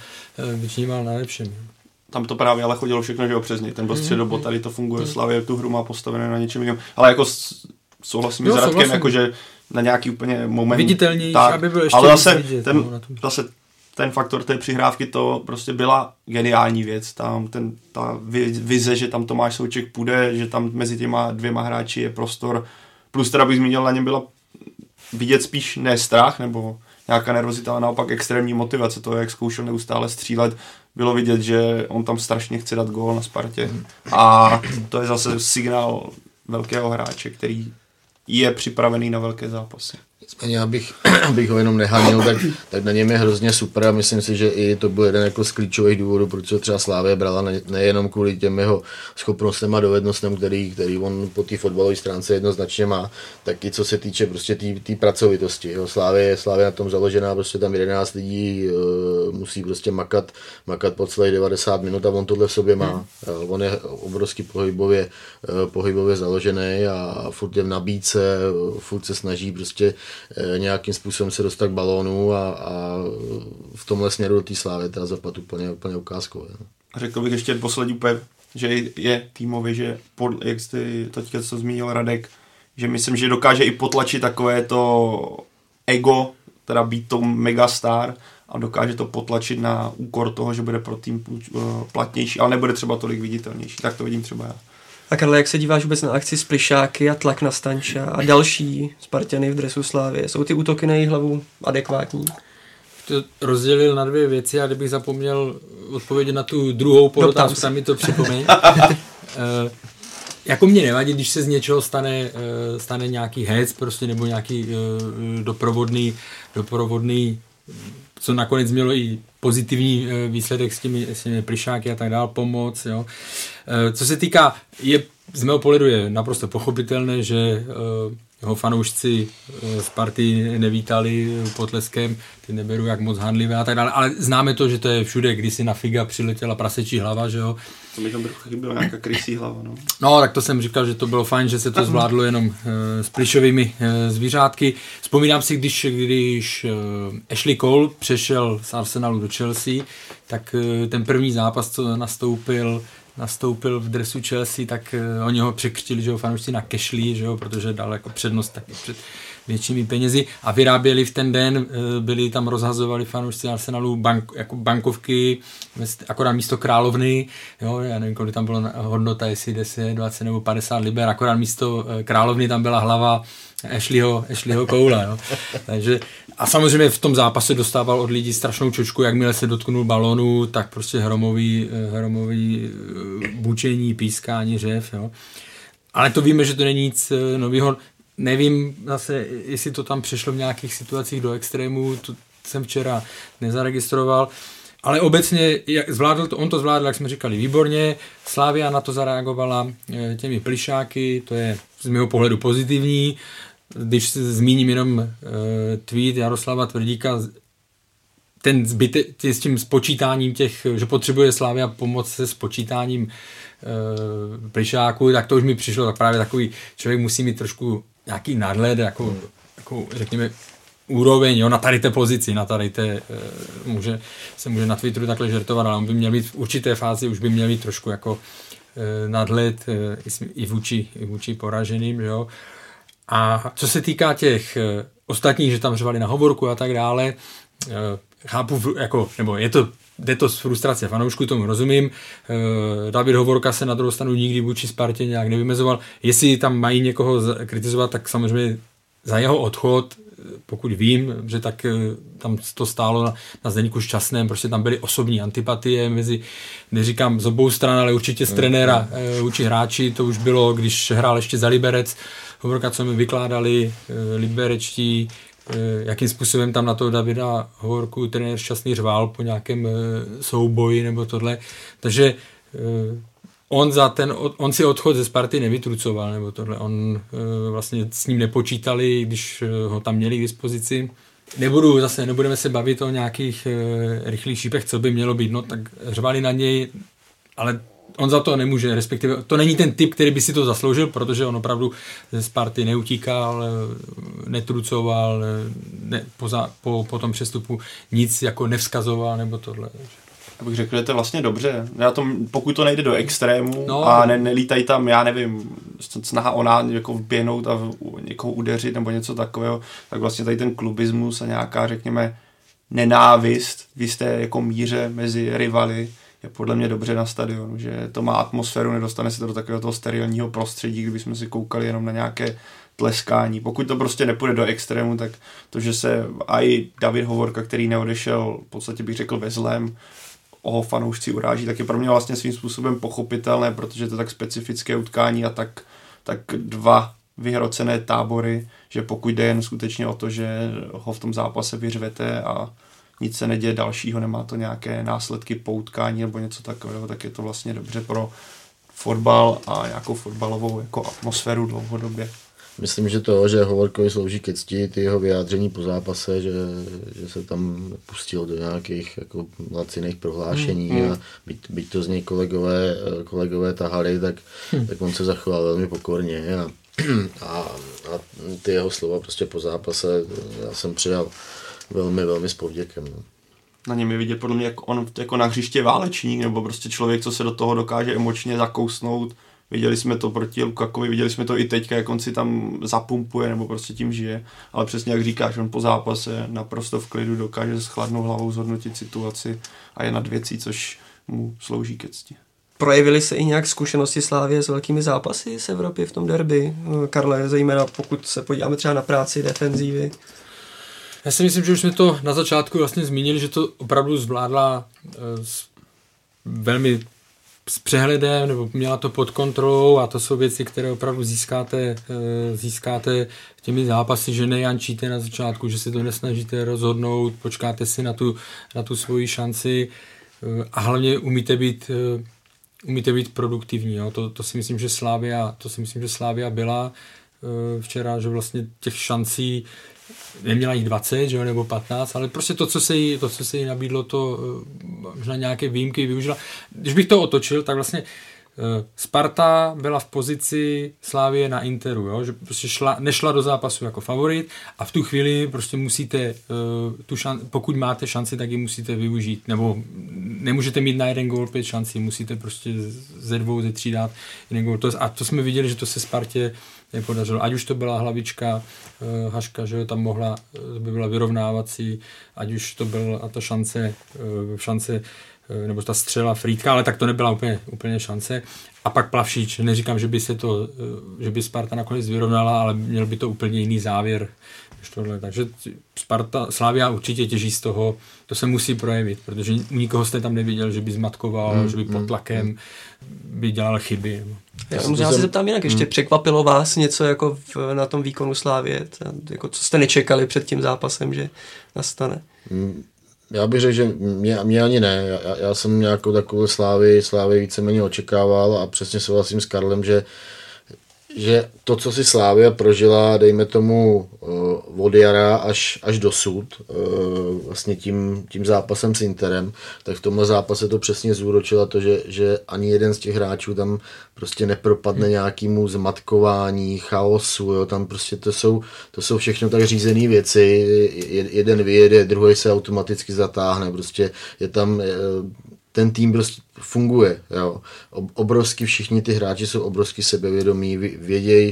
Speaker 6: na lepším.
Speaker 7: Tam to právě ale chodilo všechno, že jo, přes něj. Ten byl středobod, tady to funguje, Slavia tu hru má postavené na něčem jiném. Ale jako souhlasím s Radkem, jakože na nějaký úplně moment.
Speaker 6: Viditelnější, aby byl ještě
Speaker 7: ale zase ten faktor té přihrávky, to prostě byla geniální věc. Tam ta vize, že tam Tomáš Souček půjde, že tam mezi těma dvěma hráči je prostor. Plus teda bych zmínil, na něm byla vidět spíš ne strach, nebo nějaká nervozita, ale naopak extrémní motivace. To, jak zkoušel neustále střílet, bylo vidět, že on tam strašně chce dát gól na Spartě. A to je zase signál velkého hráče, který je připravený na velké zápasy.
Speaker 5: Nicméně, abych ho jenom nehanil, tak na něm je hrozně super a myslím si, že i to byl jeden jako z klíčových důvodů, proč ho třeba Slavia brala nejenom kvůli těm jeho schopnostem a dovednostem, který on po té fotbalové stránce jednoznačně má, tak i co se týče prostě té pracovitosti. Slavia na tom založená, prostě tam 11 lidí musí prostě makat po celých 90 minut a on tohle v sobě má. On je obrovský pohybově založený a furt je v nabídce, furt se snaží prostě nějakým způsobem se dostat k balónu a v tomhle směru do té Slávy ta zapad úplně ukázkově.
Speaker 7: A řekl bych ještě poslední úplně, že je týmově, že jak jste teďka co zmínil Radek, že myslím, že dokáže i potlačit takové to ego, teda být to megastar a dokáže to potlačit na úkor toho, že bude pro tým platnější, ale nebude třeba tolik viditelnější. Tak to vidím třeba já.
Speaker 4: A Karle, jak se díváš vůbec na akci z Plišáky a tlak na Stanča a další Sparťany v dresu Slávie? Jsou ty útoky na její hlavu adekvátní?
Speaker 6: To rozdělil na dvě věci a kdybych zapomněl odpovědět na tu druhou podotázku, tam mi to připomeň. Jako mě nevadí, když se z něčeho stane nějaký hec prostě, nebo nějaký doprovodný, co nakonec mělo i pozitivní výsledek s těmi Plišáky a tak dál, pomoc. Jo. Co se týká, z mého pohledu je naprosto pochopitelné, že ho fanoušci Sparty nevítali potleskem, ty neberu jak moc handlivé a tak dále, ale známe to, že to je všude, když si na Figa přiletěla prasečí hlava, že jo.
Speaker 7: To mi tam chyběla nějaká krysí hlava, no.
Speaker 6: No, tak to jsem říkal, že to bylo fajn, že se to zvládlo jenom s plišovými zvířátky. Vzpomínám si, když Ashley Cole přešel z Arsenalu do Chelsea, tak ten první zápas, co nastoupil v dresu Chelsea, tak oni ho překřtili, že ho fanoušci na Cashley, že jo, protože dal jako přednost taky před většími penězi a vyráběli v ten den, rozhazovali fanoušci Arsenalu jako bankovky, akorát místo královny, jo, já nevím, kolik tam bylo hodnota, jestli 10, 20 nebo 50 liber, akorát místo královny tam byla hlava Ashleyho Coula, jo. Takže, a samozřejmě v tom zápase dostával od lidí strašnou čočku, jakmile se dotknul balónu, tak prostě hromový bučení, pískání, řev, jo. Ale to víme, že to není nic nového. Nevím zase, jestli to tam přešlo v nějakých situacích do extrémů, to jsem včera nezaregistroval, ale obecně on to zvládl, jak jsme říkali, výborně. Slavia na to zareagovala těmi Plišáky, to je z mého pohledu pozitivní. Když zmíním jenom tweet Jaroslava Tvrdíka, ten zbytek s tím spočítáním těch, že potřebuje Slavia pomoct se spočítáním plišáků, tak to už mi přišlo, tak právě takový člověk musí mít trošku nějaký nadhled, jako řekněme úroveň, jo, na tady té pozici, na tady té, se může na Twitteru takhle žertovat, ale on by měl být v určité fázi, už by měl být trošku jako nadhled i vůči poraženým, jo. A co se týká těch ostatních, že tam řvali na Hovorku a tak dále, chápu, jako, nebo jde to z frustrace fanoušků, tomu rozumím. David Hovorka se na druhou stranu nikdy vůči Spartě nějak nevymezoval. Jestli tam mají někoho kritizovat, tak samozřejmě za jeho odchod, pokud vím, že tak tam to stálo na Zdeňku Šťastném, prostě tam byly osobní antipatie mezi, neříkám z obou stran, ale určitě z trenéra vůči hráči, to už bylo, když hrál ještě za Liberec. Hovorka, co mi vykládali liberečtí, jakým způsobem tam na toho Davida Hovorku trenér Šťastný řval po nějakém souboji nebo tohle. Takže on si odchod ze Sparty nevytrucoval, nebo tohle. On vlastně s ním nepočítali, když ho tam měli k dispozici. Nebudeme se bavit o nějakých rychlých šípech, co by mělo být, no tak řvali na něj, ale on za to nemůže, respektive to není ten typ, který by si to zasloužil, protože on opravdu ze Sparty neutíkal, netrucoval, po tom přestupu nic jako nevzkazoval, nebo tohle.
Speaker 7: Já bych řekl, že to je vlastně dobře. Pokud to nejde do extrému a nelítají tam, já nevím, snaha jako vběhnout a někoho udeřit nebo něco takového, tak vlastně tady ten klubismus a nějaká, řekněme, nenávist v jisté jako míře mezi rivaly je podle mě dobře na stadionu, že to má atmosféru, nedostane se to do takového toho sterilního prostředí, kdybychom si koukali jenom na nějaké tleskání. Pokud to prostě nepůjde do extrému, tak to, že se i David Hovorka, který neodešel, v podstatě bych řekl ve zlém, o fanoušci uráží, tak je pro mě vlastně svým způsobem pochopitelné, protože to je tak specifické utkání a tak dva vyhrocené tábory, že pokud jde jen skutečně o to, že ho v tom zápase vyřvete a nic se neděje dalšího, nemá to nějaké následky po utkání nebo něco takového, tak je to vlastně dobře pro fotbal a nějakou fotbalovou jako atmosféru dlouhodobě.
Speaker 5: Myslím, že to, že Hovorkovi slouží ke cti, ty jeho vyjádření po zápase, že se tam pustil do nějakých jako laciných prohlášení a byť to z něj kolegové tahali, tak on se zachoval velmi pokorně a ty jeho slova prostě po zápase já jsem přijal velmi, velmi s povděkem. No.
Speaker 7: Na něm je vidět podle mě, jak on jako na hřiště válečník, nebo prostě člověk, co se do toho dokáže emočně zakousnout. Viděli jsme to proti Lukakovi, viděli jsme to i teďka, jak on si tam zapumpuje nebo prostě tím žije. Ale přesně jak říkáš, on po zápase naprosto v klidu dokáže s chladnou hlavou zhodnotit situaci a je nad věcí, což mu slouží ke cti.
Speaker 4: Projevily se i nějak zkušenosti Slavie s velkými zápasy z Evropy v tom derby? Karle, zejména pokud se podíváme třeba na práci defenzívy.
Speaker 6: Já si myslím, že už jsme to na začátku vlastně zmínili, že to opravdu zvládla velmi s přehledem, nebo měla to pod kontrolou a to jsou věci, které opravdu získáte těmi zápasy, že nejančíte na začátku, že si to nesnažíte rozhodnout, počkáte si na tu svoji šanci a hlavně umíte být produktivní. Jo. To si myslím, že Slavia byla včera, že vlastně těch šancí neměla jich 20, že, nebo 15, ale prostě to, co se jí nabídlo, to možná nějaké výjimky využila. Když bych to otočil, tak vlastně Sparta byla v pozici Slavie na Interu, jo? Že prostě nešla do zápasu jako favorit a v tu chvíli prostě musíte, pokud máte šanci, tak ji musíte využít, nebo nemůžete mít na jeden gól 5 šancí, musíte prostě ze 2, ze 3 dát jeden gól. A to jsme viděli, že to se Spartě nepodařilo. Ať už to byla hlavička Haška, že tam by byla vyrovnávací, ať už to byla ta šance nebo ta střela Frýdka, ale tak to nebyla úplně šance. A pak Plavšič, neříkám, že by Sparta nakonec vyrovnala, ale měl by to úplně jiný závěr než tohle. Takže Slavia určitě těží z toho, to se musí projevit, protože nikoho jste tam neviděl, že by zmatkoval, že by pod tlakem by dělal chyby.
Speaker 4: Já se zeptám jinak, ještě překvapilo vás něco jako na tom výkonu Slavie, jako co jste nečekali před tím zápasem, že nastane?
Speaker 5: Já bych řekl, že mě ani ne. Já jsem nějakou takovou Slávy víceméně očekával a přesně souhlasím s Karlem, že že to, co si Slavia prožila, dejme tomu od jara až dosud, vlastně tím zápasem s Interem, tak v tomhle zápase to přesně zúročilo to, že ani jeden z těch hráčů tam prostě nepropadne nějakému zmatkování, chaosu, jo, tam prostě to jsou všechno tak řízené věci, jeden vyjede, druhý se automaticky zatáhne, prostě je tam ten tým prostě funguje, jo. Obrovsky všichni ty hráči jsou obrovsky sebevědomí, vědějí,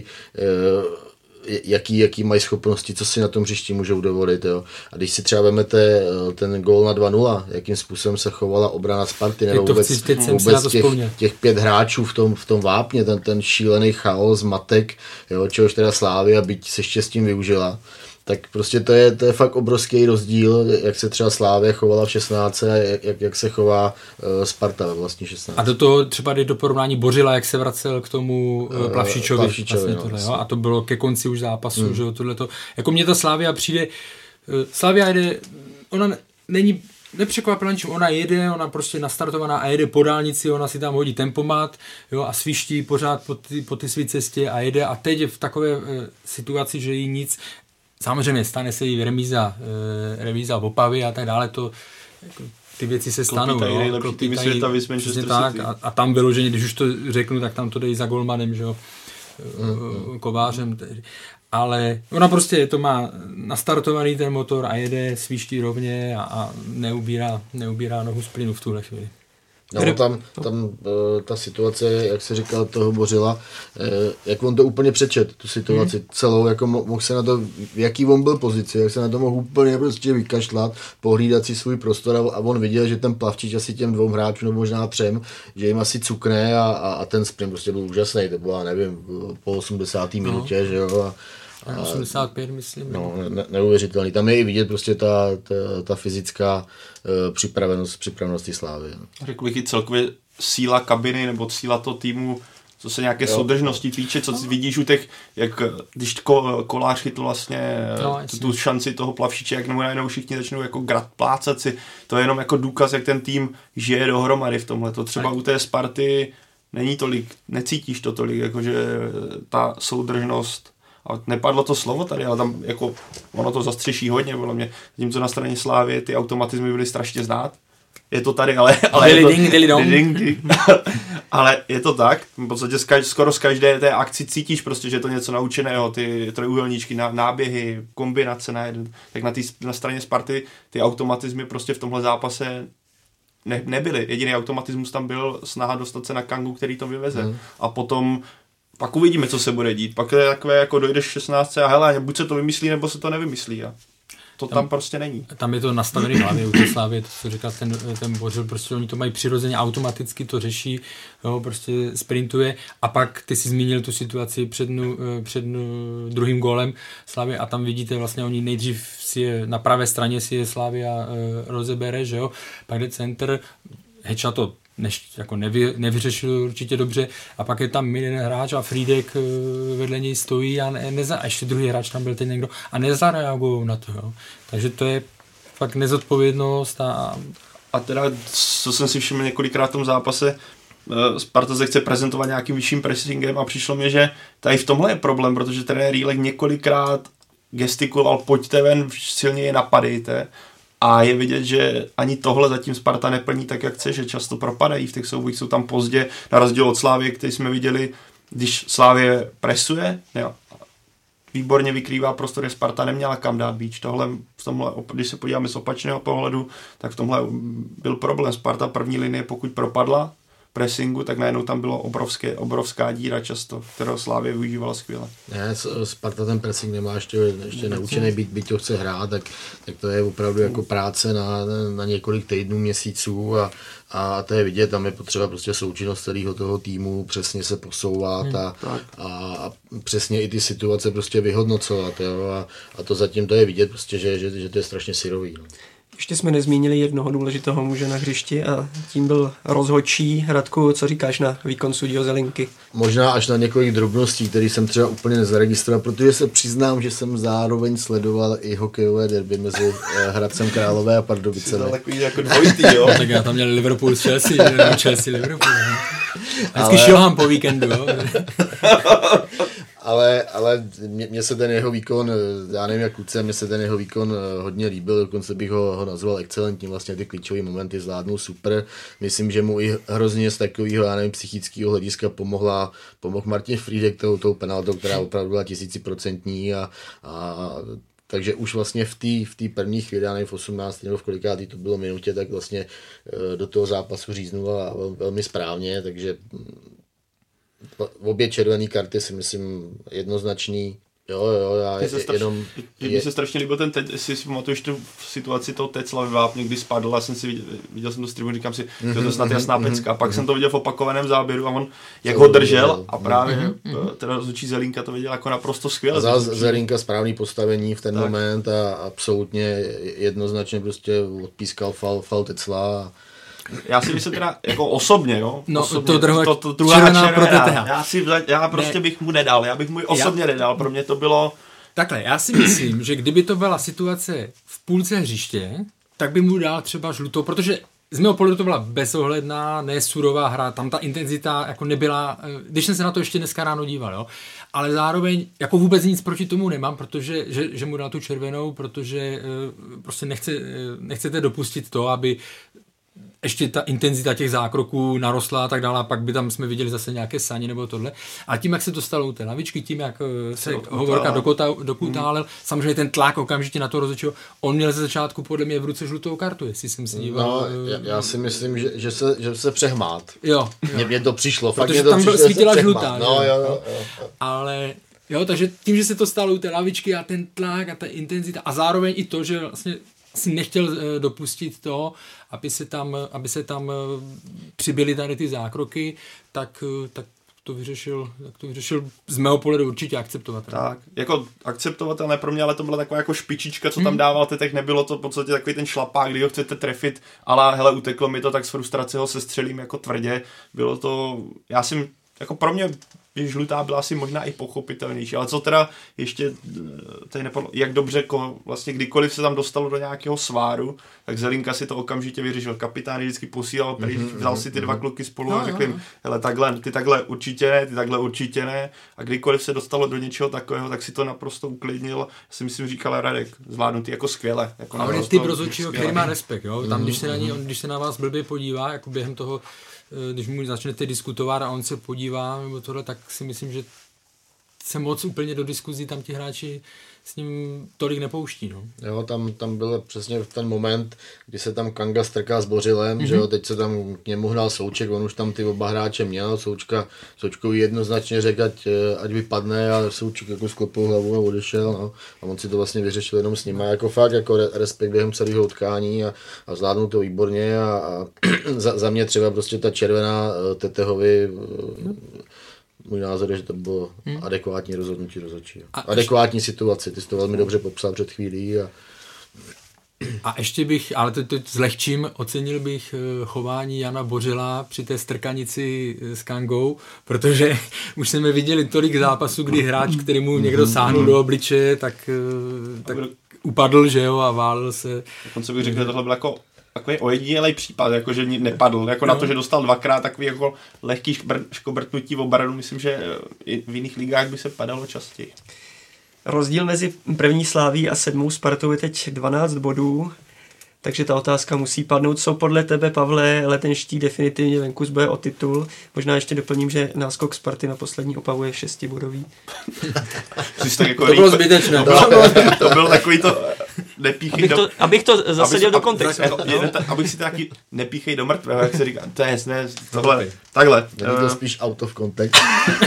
Speaker 5: jaký mají schopnosti, co si na tom hřišti můžou dovolit, jo. A když si třeba vemete ten gól na 2-0, jakým způsobem se chovala obrana Sparty, nebo vůbec těch 5 hráčů v tom vápně, ten šílený chaos, matek, jo, čehož teda Slavia byť se štěstím využila, tak prostě to je fakt obrovský rozdíl, jak se třeba Slavia chovala v 16 a jak se chová Sparta ve vlastní 16.
Speaker 6: A do toho třeba jde do porovnání Bořila, jak se vracel k tomu Plavšičovi vlastně
Speaker 5: no,
Speaker 6: tohle, jo? A to bylo ke konci už zápasu, že jo, tohleto. Jako mně ta Slavia přijde, Slavia jede, ona není nepřekvapila ničím, ona jede, ona prostě nastartovaná a jede po dálnici, ona si tam hodí tempomat, jo, a sviští pořád po ty své cestě a jede a teď je v takové situaci, že jí nic. Samozřejmě stane se jí remíza v Opavě a tak dále, to jako, ty věci se stanou. A tam vyloženě, když už to řeknu, tak tam to dejí za golmanem, že jo, Kovářem. Ale ona prostě to má nastartovaný ten motor a jede, svíští rovně a neubírá nohu z plynu v tuhle chvíli.
Speaker 5: No, tam ta situace, jak se říkal, toho Bořila, jak on to úplně přečet, tu situaci celou, jako mohl se na to, v jaký on byl pozici, jak se na to mohl úplně prostě vykašlat, pohlídat si svůj prostor a on viděl, že ten Plavčič asi těm 2 hráčům, nebo možná 3, že jim asi cukne a ten sprint prostě byl úžasný, to bylo, nevím, po 80. minutě, že jo,
Speaker 6: a 85, myslím.
Speaker 5: No, neuvěřitelný. Tam je i vidět prostě ta fyzická připravenost Slávy.
Speaker 7: Řekl bych i celkově síla kabiny nebo síla toho týmu, co se nějaké soudržnosti týče, co vidíš u těch, jak když Kolář chytl vlastně tu šanci toho Plavšiče, jak najednou všichni začnou jako plácat si. To je jenom jako důkaz, jak ten tým žije dohromady v tomhle. To třeba u té Sparty není tolik, necítíš to tolik, jakože ta soudržnost. A nepadlo to slovo tady, ale tam jako ono to zastřeší hodně, podle mě. Zatímco na straně Slávy ty automatizmy byly strašně znát. Je to tady, ale ale je to tak. V podstatě skoro z každé té akci cítíš prostě, že je to něco naučeného. Ty trojúhelníčky, náběhy, kombinace na jeden. Tak na straně Sparty ty automatizmy prostě v tomhle zápase nebyly. Jediný automatismus tam byl snaha dostat se na Kangu, který to vyveze. A potom pak uvidíme, co se bude dít. Pak je takové, jako dojdeš 16 a hele, buď se to vymyslí, nebo se to nevymyslí. A to tam prostě není.
Speaker 6: Tam je to nastavený hlavě u té Slávy, to co říkal ten Bořil, prostě oni to mají přirozeně, automaticky to řeší, jo, prostě sprintuje a pak ty si zmínil tu situaci před druhým gólem Slávy a tam vidíte vlastně oni nejdřív si je, na pravé straně si je Slavia rozebere, že jo, pak jde center, Heča to jako nevyřešil určitě dobře a pak je tam jeden hráč a Frídek vedle něj stojí a ještě druhý hráč tam byl teď někdo a nezareagují na to, jo. Takže to je fakt nezodpovědnost a
Speaker 7: teda, co jsem si všiml několikrát v tom zápase, Sparta se chce prezentovat nějakým vyšším pressingem a přišlo mi, že tady v tomhle je problém, protože trenér Rýlek několikrát gestikuloval, pojďte ven, silněji napadejte. A je vidět, že ani tohle zatím Sparta neplní tak, jak chce, že často propadají v těch soubojích, jsou tam pozdě, na rozdíl od Slávie, který jsme viděli, když Slávie presuje, jo, výborně vykrývá prostory, Sparta neměla kam dát býč. Když se podíváme z opačného pohledu, tak v tomhle byl problém. Sparta první linie, pokud propadla pressingu, tak najednou tam bylo obrovská díra často, kterou Slavia využívala skvěle.
Speaker 5: Ne, Sparta ten pressing nemá ještě naučený, byť to chce hrát, tak to je opravdu jako práce na několik týdnů, měsíců a to je vidět, tam je potřeba prostě součinnost celého toho týmu, přesně se posouvat a přesně i ty situace prostě vyhodnocovat, jo, a to zatím to je vidět prostě, že to je strašně syrový. No.
Speaker 4: Ještě jsme nezmínili jednoho důležitého muže na hřišti a tím byl rozhodčí. Radku, co říkáš na výkon sudího Zelinky?
Speaker 5: Možná až na několik drobností, který jsem třeba úplně nezaregistroval, protože se přiznám, že jsem zároveň sledoval i hokejové derby mezi Hradcem Králové a Pardubicemi.
Speaker 7: To takový jako dvojitý, jo?
Speaker 6: Tak já tam měl Liverpool s Chelsea, Liverpool. A vždycky šilhám po víkendu, jo?
Speaker 5: ale mně se ten jeho výkon, já nevím jak kluce, mně se ten jeho výkon hodně líbil, dokonce bych ho nazval excelentním, vlastně ty klíčové momenty zvládnul super. Myslím, že mu i hrozně z takového, já nevím, psychického hlediska pomohl Martin Friedek tou penaltou, která opravdu byla 1000% a takže už vlastně v té první chvíli, já nevím, v 18. nebo v kolikátý to bylo minutě, tak vlastně do toho zápasu říznula velmi správně, takže obě červené karty si myslím jednoznačný. Jo,
Speaker 7: Mně se strašně líbil ten teď, si pamatuješ tu situaci toho Tecla ve Vápně, kdy spadl, já jsem si viděl jsem to z tribuny, říkám si, to je snad jasná pecka, a pak jsem to viděl v opakovaném záběru a on jak ho držel a právě ten rozhodčí Zelínka to viděl jako naprosto skvěle.
Speaker 5: Zelínka správný postavení v ten moment a absolutně jednoznačně prostě odpískal faul Tecla.
Speaker 7: Já si myslím teda jako osobně, jo.
Speaker 6: No,
Speaker 7: osobně,
Speaker 6: to druhá červená.
Speaker 7: Já prostě bych mu nedal, já bych mu osobně nedal, pro mě to bylo...
Speaker 6: Takhle, já si myslím, že kdyby to byla situace v půlce hřiště, tak by mu dal třeba žlutou, protože z mého pohledu to byla bezohledná, nesurová hra, tam ta intenzita jako nebyla, když jsem se na to ještě dneska ráno díval, jo, ale zároveň jako vůbec nic proti tomu nemám, protože že mu dal tu červenou, protože prostě nechcete dopustit to, aby ještě ta intenzita těch zákroků narostla a tak dále, a pak by tam jsme viděli zase nějaké saně nebo tohle. A tím, jak se to stalo u té lavičky, tím, jak se Hovorka dokutálil, samozřejmě ten tlak okamžitě na to rozhodčího, on měl ze začátku podle mě v ruce žlutou kartu, jestli jsem si díval.
Speaker 5: No, já si myslím, že se přehmát.
Speaker 6: Jo.
Speaker 5: Mně to přišlo, fakt
Speaker 6: protože
Speaker 5: mě to
Speaker 6: tam
Speaker 5: přišlo,
Speaker 6: svítila žlutá.
Speaker 5: No, jo.
Speaker 6: Ale jo, takže tím, že se to stalo u té lavičky a ten tlak a ta intenzita a zároveň i to, že vlastně si nechtěl dopustit to, aby se tam přibyly tady ty zákroky, tak to vyřešil z mého pohledu určitě akceptovatelné.
Speaker 7: Tak, jako akceptovatelné pro mě, ale to byla taková jako špičička, co tam dával, teď nebylo to v podstatě takový ten šlapák, kdy ho chcete trefit, ale hele, uteklo mi to, tak z frustrace ho sestřelím jako tvrdě. Bylo to, já si, jako pro mě žlutá byla asi možná i pochopitelnější, ale co teda ještě tady nepadlo, jak dobře vlastně kdykoliv se tam dostalo do nějakého sváru, tak Zelínka si to okamžitě vyřešil. Kapitán vždycky posílal pryč, vzal si ty dva kluky spolu a řekl jim, hele, ty takhle určitě ne, a kdykoliv se dostalo do něčeho takového, tak si to naprosto uklidnil. Já si myslím, říkal Radek, zvládnutý jako skvěle. Jako
Speaker 6: a on je typ rozhodčího, který má respekt, jo? Tam, když se na vás blbě podívá, jako během toho, když mu začnete diskutovat a on se podívá nebo tohle, tak si myslím, že se moc úplně do diskuzí tam ti hráči s ním tolik nepouští. No. Jo,
Speaker 5: tam byl přesně v ten moment, kdy se tam Kanga strká s Bořilem, že jo, teď se tam k němu hnal Souček, on už tam ty oba hráče měl, Součkovi jednoznačně řekl, ať vypadne, a Souček jako sklopil hlavu a odešel, no. A on si to vlastně vyřešil jenom s nima, jako fakt jako respekt během celého utkání a zvládnul to výborně a za mě třeba prostě ta červená Tetehovi, můj názor je, že to bylo adekvátní rozhodnutí rozhodčího. Adekvátní situace, ty jsi to velmi dobře popsal před chvílí.
Speaker 6: A ještě bych, ale teď zlehčím, ocenil bych chování Jana Bořila při té strkanici s Kangou, protože už jsme viděli tolik zápasů, kdy hráč, kterému někdo sáhnul do obličeje, tak upadl, že jo, a válil se.
Speaker 7: Dokonce bych řekl, že tohle bylo jako takový ojedinělej případ, jako že nepadl, jako na to, že dostal dvakrát takový jako lehký škobrtnutí v obranu, myslím, že i v jiných ligách by se padalo častěji.
Speaker 4: Rozdíl mezi první Slaví a 7. Spartou je teď 12 bodů, takže ta otázka musí padnout. Co podle tebe, Pavle, letenští definitivně venku zboje o titul? Možná ještě doplním, že náskok Sparty na poslední Opavu je 6bodový.
Speaker 6: To bylo zbytečné.
Speaker 7: To byl takový to nepíchej
Speaker 4: abych to zasadil do kontextu.
Speaker 7: Abych si taky nepíchej do mrtvého, jak se říká. To je jasné, tohle, takhle.
Speaker 5: Není to spíš out of context.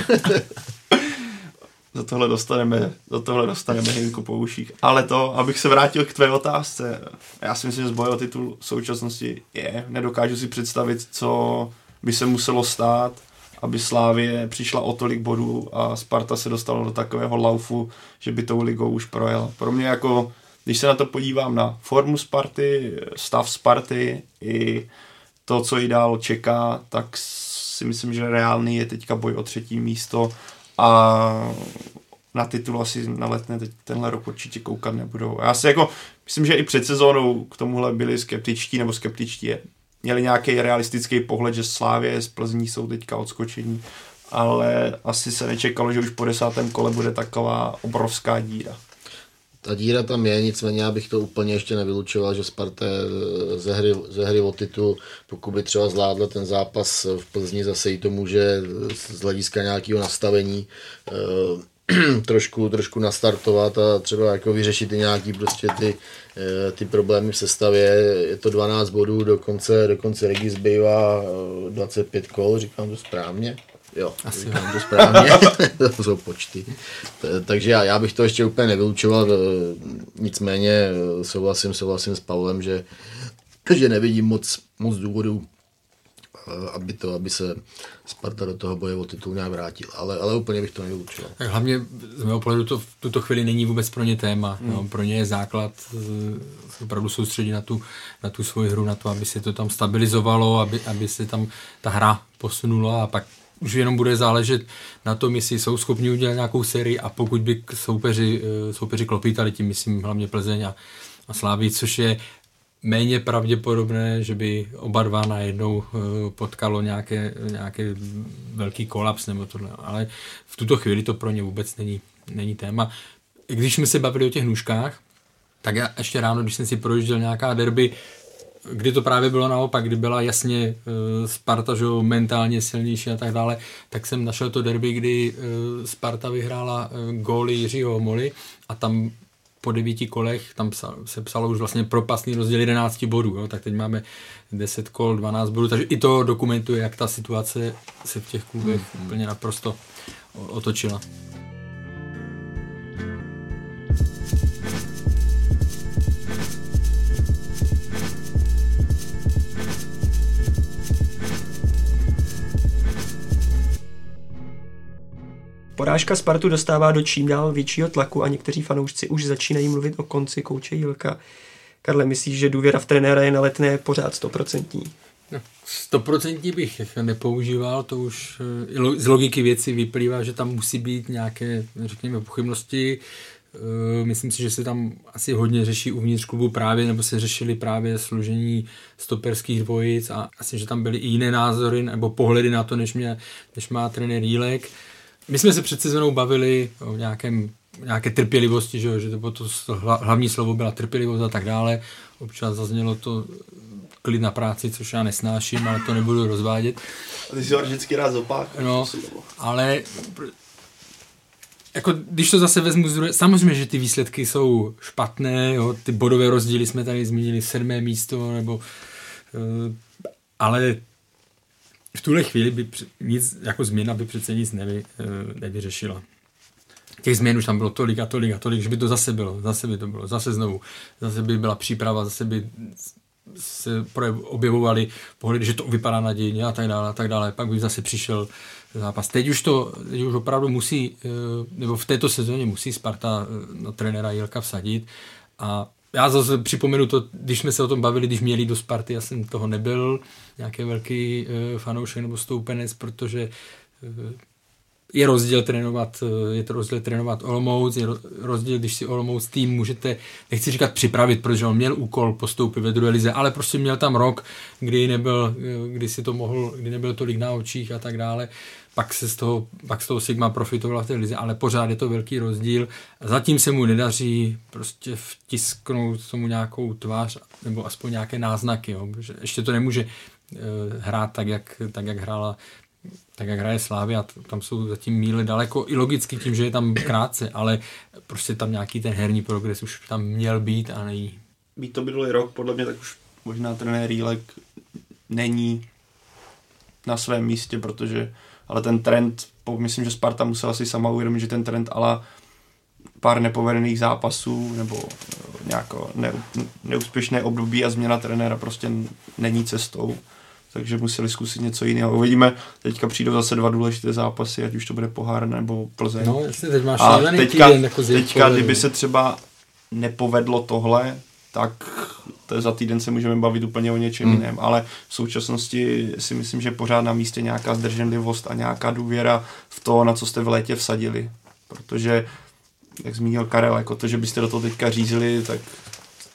Speaker 7: Do tohle dostaneme hejnku po uších. Ale to, abych se vrátil k tvé otázce, já si myslím, že zboj o titul v současnosti nedokážu si představit, co by se muselo stát, aby Slavie přišla o tolik bodů a Sparta se dostala do takového laufu, že by tou ligou už projela. Pro mě jako, když se na to podívám na formu Sparty, stav Sparty i to, co jí dál čeká, tak si myslím, že reálný je teďka boj o 3. místo a na titul asi na Letné teď tenhle rok určitě koukat nebudou. Já si jako myslím, že i před sezónou k tomuhle byli skeptičtí, měli nějaký realistický pohled, že Slavie z Plzní jsou teďka odskočení ale asi se nečekalo, že už po 10. kole bude taková obrovská díra.
Speaker 5: Ta díra tam je, nicméně já bych to úplně ještě nevylučoval, že Sparta ze hry o titul, pokud by třeba zvládla ten zápas v Plzni, zase i to může z hlediska nějakého nastavení trošku nastartovat a třeba jako vyřešit i nějaký prostě ty problémy v sestavě. Je to 12 bodů, do konce regi zbývá 25 kol, říkám to správně. Jo, říkám to správně, to jsou počty. Takže já bych to ještě úplně nevylučoval, nicméně souhlasím s Pavlem, že nevidím moc důvodů, aby se Sparta do toho boje o titul nějak vrátil, ale úplně bych to nevylučoval.
Speaker 6: Hlavně z mého pohledu to v tuto chvíli není vůbec pro ně téma. No, pro ně je základ opravdu soustředit na tu svoji hru, na to, aby se to tam stabilizovalo, aby se tam ta hra posunula a pak už jenom bude záležet na tom, jestli jsou schopni udělat nějakou sérii a pokud by soupeři klopítali, tím myslím hlavně Plzeň a Slávii, což je méně pravděpodobné, že by oba dva najednou potkalo nějaké velký kolaps nebo tohle. Ale v tuto chvíli to pro ně vůbec není téma. Když jsme se bavili o těch nůžkách, tak já ještě ráno, když jsem si projížděl nějaká derby, kdy to právě bylo naopak, kdy byla jasně Sparta že mentálně silnější a tak dále, tak jsem našel to derby, kdy Sparta vyhrála góly Jiřího Moly a tam po 9 kolech, tam se psalo už vlastně propastný rozdíl 11 bodů, jo? Tak teď máme 10 kol, 12 bodů, takže i to dokumentuje, jak ta situace se v těch klubech úplně naprosto otočila.
Speaker 4: Porážka Spartu dostává do čím dál většího tlaku a někteří fanoušci už začínají mluvit o konci kouče Jílka. Karle, myslíš, že důvěra v trenéra je na Letné pořád 100%?
Speaker 6: No, 100% bych nepoužíval, to už z logiky věci vyplývá, že tam musí být nějaké, řekněme, pochybnosti. Myslím si, že se tam asi hodně řeší uvnitř klubu právě, nebo se řešili právě složení stoperských dvojic a asi, že tam byly i jiné názory nebo pohledy na to, než má trenér Jílek. My jsme se před sezónou bavili o nějaké trpělivosti, že to hlavní slovo byla trpělivost a tak dále. Občas zaznělo to klid na práci, což já nesnáším, ale to nebudu rozvádět.
Speaker 7: A ty si ho vždycky rád zopákáš.
Speaker 6: No, ale jako, když to zase vezmu z druhé, samozřejmě, že ty výsledky jsou špatné, jo, ty bodové rozdíly jsme tady zmínili, 7. místo, nebo ale v tuhle chvíli by nic, jako změna by přece nic nevyřešila. Těch změn už tam bylo tolik a tolik, že by to zase bylo, zase znovu. Zase by byla příprava, zase by se objevovaly pohledy, že to vypadá nadějně a tak dále. Pak by zase přišel zápas. Teď už opravdu musí, nebo v této sezóně musí Sparta na trenéra Jílka vsadit a já zase připomenu to, když jsme se o tom bavili, když měli do Sparty, já jsem toho nebyl nějaký velký fanoušek nebo stoupenec, protože je rozdíl trénovat Olomouc, je rozdíl, když si Olomouc tým můžete, nechci říkat připravit, protože on měl úkol postoupit ve druhé lize, ale prostě měl tam rok, kdy nebyl tolik na očích a tak dále. Pak z toho Sigma profitovala v té lize, ale pořád je to velký rozdíl. Zatím se mu nedaří prostě vtisknout tomu nějakou tvář nebo aspoň nějaké náznaky, jo, protože ještě to nemůže hrát tak, jak hraje Slavia, tam jsou zatím míle daleko, i logicky tím, že je tam krátce, ale prostě tam nějaký ten herní progres už tam měl být a není.
Speaker 7: Být to minulý rok, podle mě, tak už možná trenér Jílek není na svém místě, ale ten trend, myslím, že Sparta musela si sama uvědomit, že ten trend ala pár nepovedených zápasů nebo nějaké neúspěšné období a změna trenéra prostě není cestou. Takže museli zkusit něco jiného. Uvidíme, teďka přijdou zase 2 důležité zápasy, ať už to bude pohár nebo Plzeň.
Speaker 6: No, jasně, teď máš
Speaker 7: teďka, kdyby se třeba nepovedlo tohle, tak za týden se můžeme bavit úplně o něčem jiném, ale v současnosti si myslím, že pořád na místě nějaká zdrženlivost a nějaká důvěra v to, na co jste v létě vsadili. Protože, jak zmínil Karel, jako to, že byste do toho teďka řízli, tak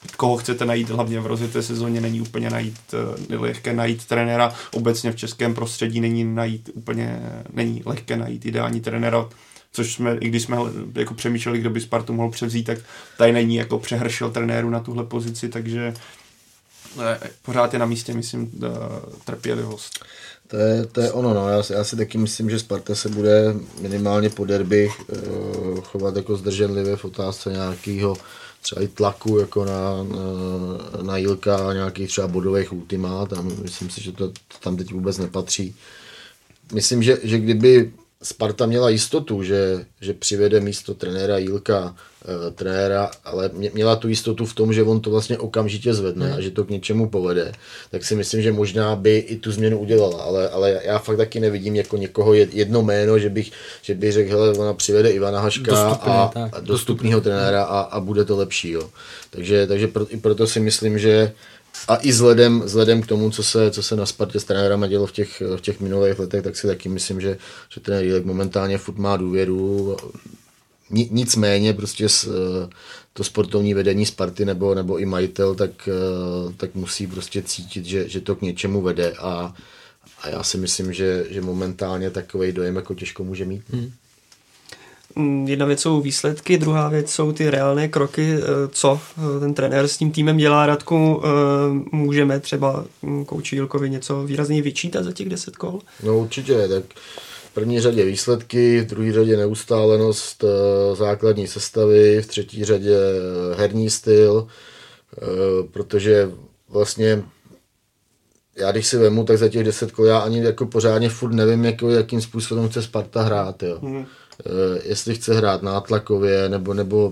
Speaker 7: koho chcete najít, hlavně v rozjeté sezóně není úplně lehké najít trenéra, obecně v českém prostředí není lehké najít ideální trenéra, což jsme, i když jsme jako přemýšleli, kdo by Spartu mohl převzít, tak tady není jako přehršel trenéru na tuhle pozici, takže pořád je na místě, myslím, trpělivost.
Speaker 5: To je ono, no. Já si taky myslím, že Sparta se bude minimálně po derby chovat jako zdrženlivě v otázce nějakého třeba i tlaku jako na Jilka, nějakých třeba bodových ultimát. Myslím si, že to tam teď vůbec nepatří. Myslím, že kdyby Sparta měla jistotu, že přivede místo trenéra Jilka trenéra, ale měla tu jistotu v tom, že on to vlastně okamžitě zvedne a že to k něčemu povede, tak si myslím, že možná by i tu změnu udělala, ale já fakt taky nevidím jako někoho jedno jméno, že bych řekl, hele, ona přivede Ivana Haška dostupného trenéra a bude to lepší. Jo. Takže i proto si myslím, že a i vzhledem k tomu, co se na Spartě s trenérama dělo v těch minulých letech, tak si taky myslím, že trenér Jílek momentálně furt má důvěru. Nicméně prostě to sportovní vedení Sparty nebo i majitel, tak musí prostě cítit, že to k něčemu vede a já si myslím, že momentálně takovej dojem jako těžko může mít.
Speaker 4: Jedna věc jsou výsledky, druhá věc jsou ty reálné kroky, co ten trenér s tím týmem dělá. Radku, můžeme třeba kouči Jilkovi něco výrazně vyčítat za těch 10 kol?
Speaker 5: No určitě, tak v první řadě výsledky, v druhé řadě neustálenost základní sestavy, v třetí řadě herní styl, protože vlastně já když si vemu, tak za těch 10 kol já ani jako pořádně furt nevím, jakým způsobem chce Sparta hrát, jo. Jestli chce hrát nátlakově, nebo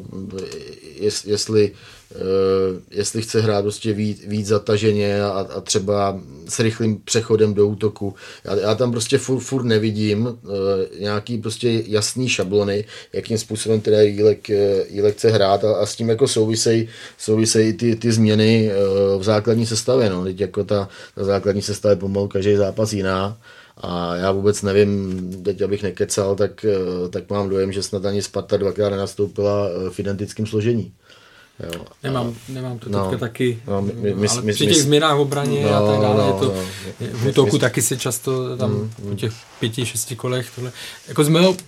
Speaker 5: jestli chce hrát prostě víc zataženě a třeba s rychlým přechodem do útoku. Já tam prostě furt nevidím nějaký prostě jasný šablony, jakým způsobem teda Jílek chce hrát a s tím jako souvisejí ty změny v základní sestavě. No. Teď jako ta základní sestava je pomalu každý zápas jiná. A já vůbec nevím, teď abych nekecal, tak mám dojem, že snad ani Sparta dvakrát nenastoupila v identickém složení. Jo.
Speaker 6: Nemám to teďka taky, ale při těch změnách v obraně a tak dále, v útoku taky se často tam po těch 5-6 kolech tohle. Jako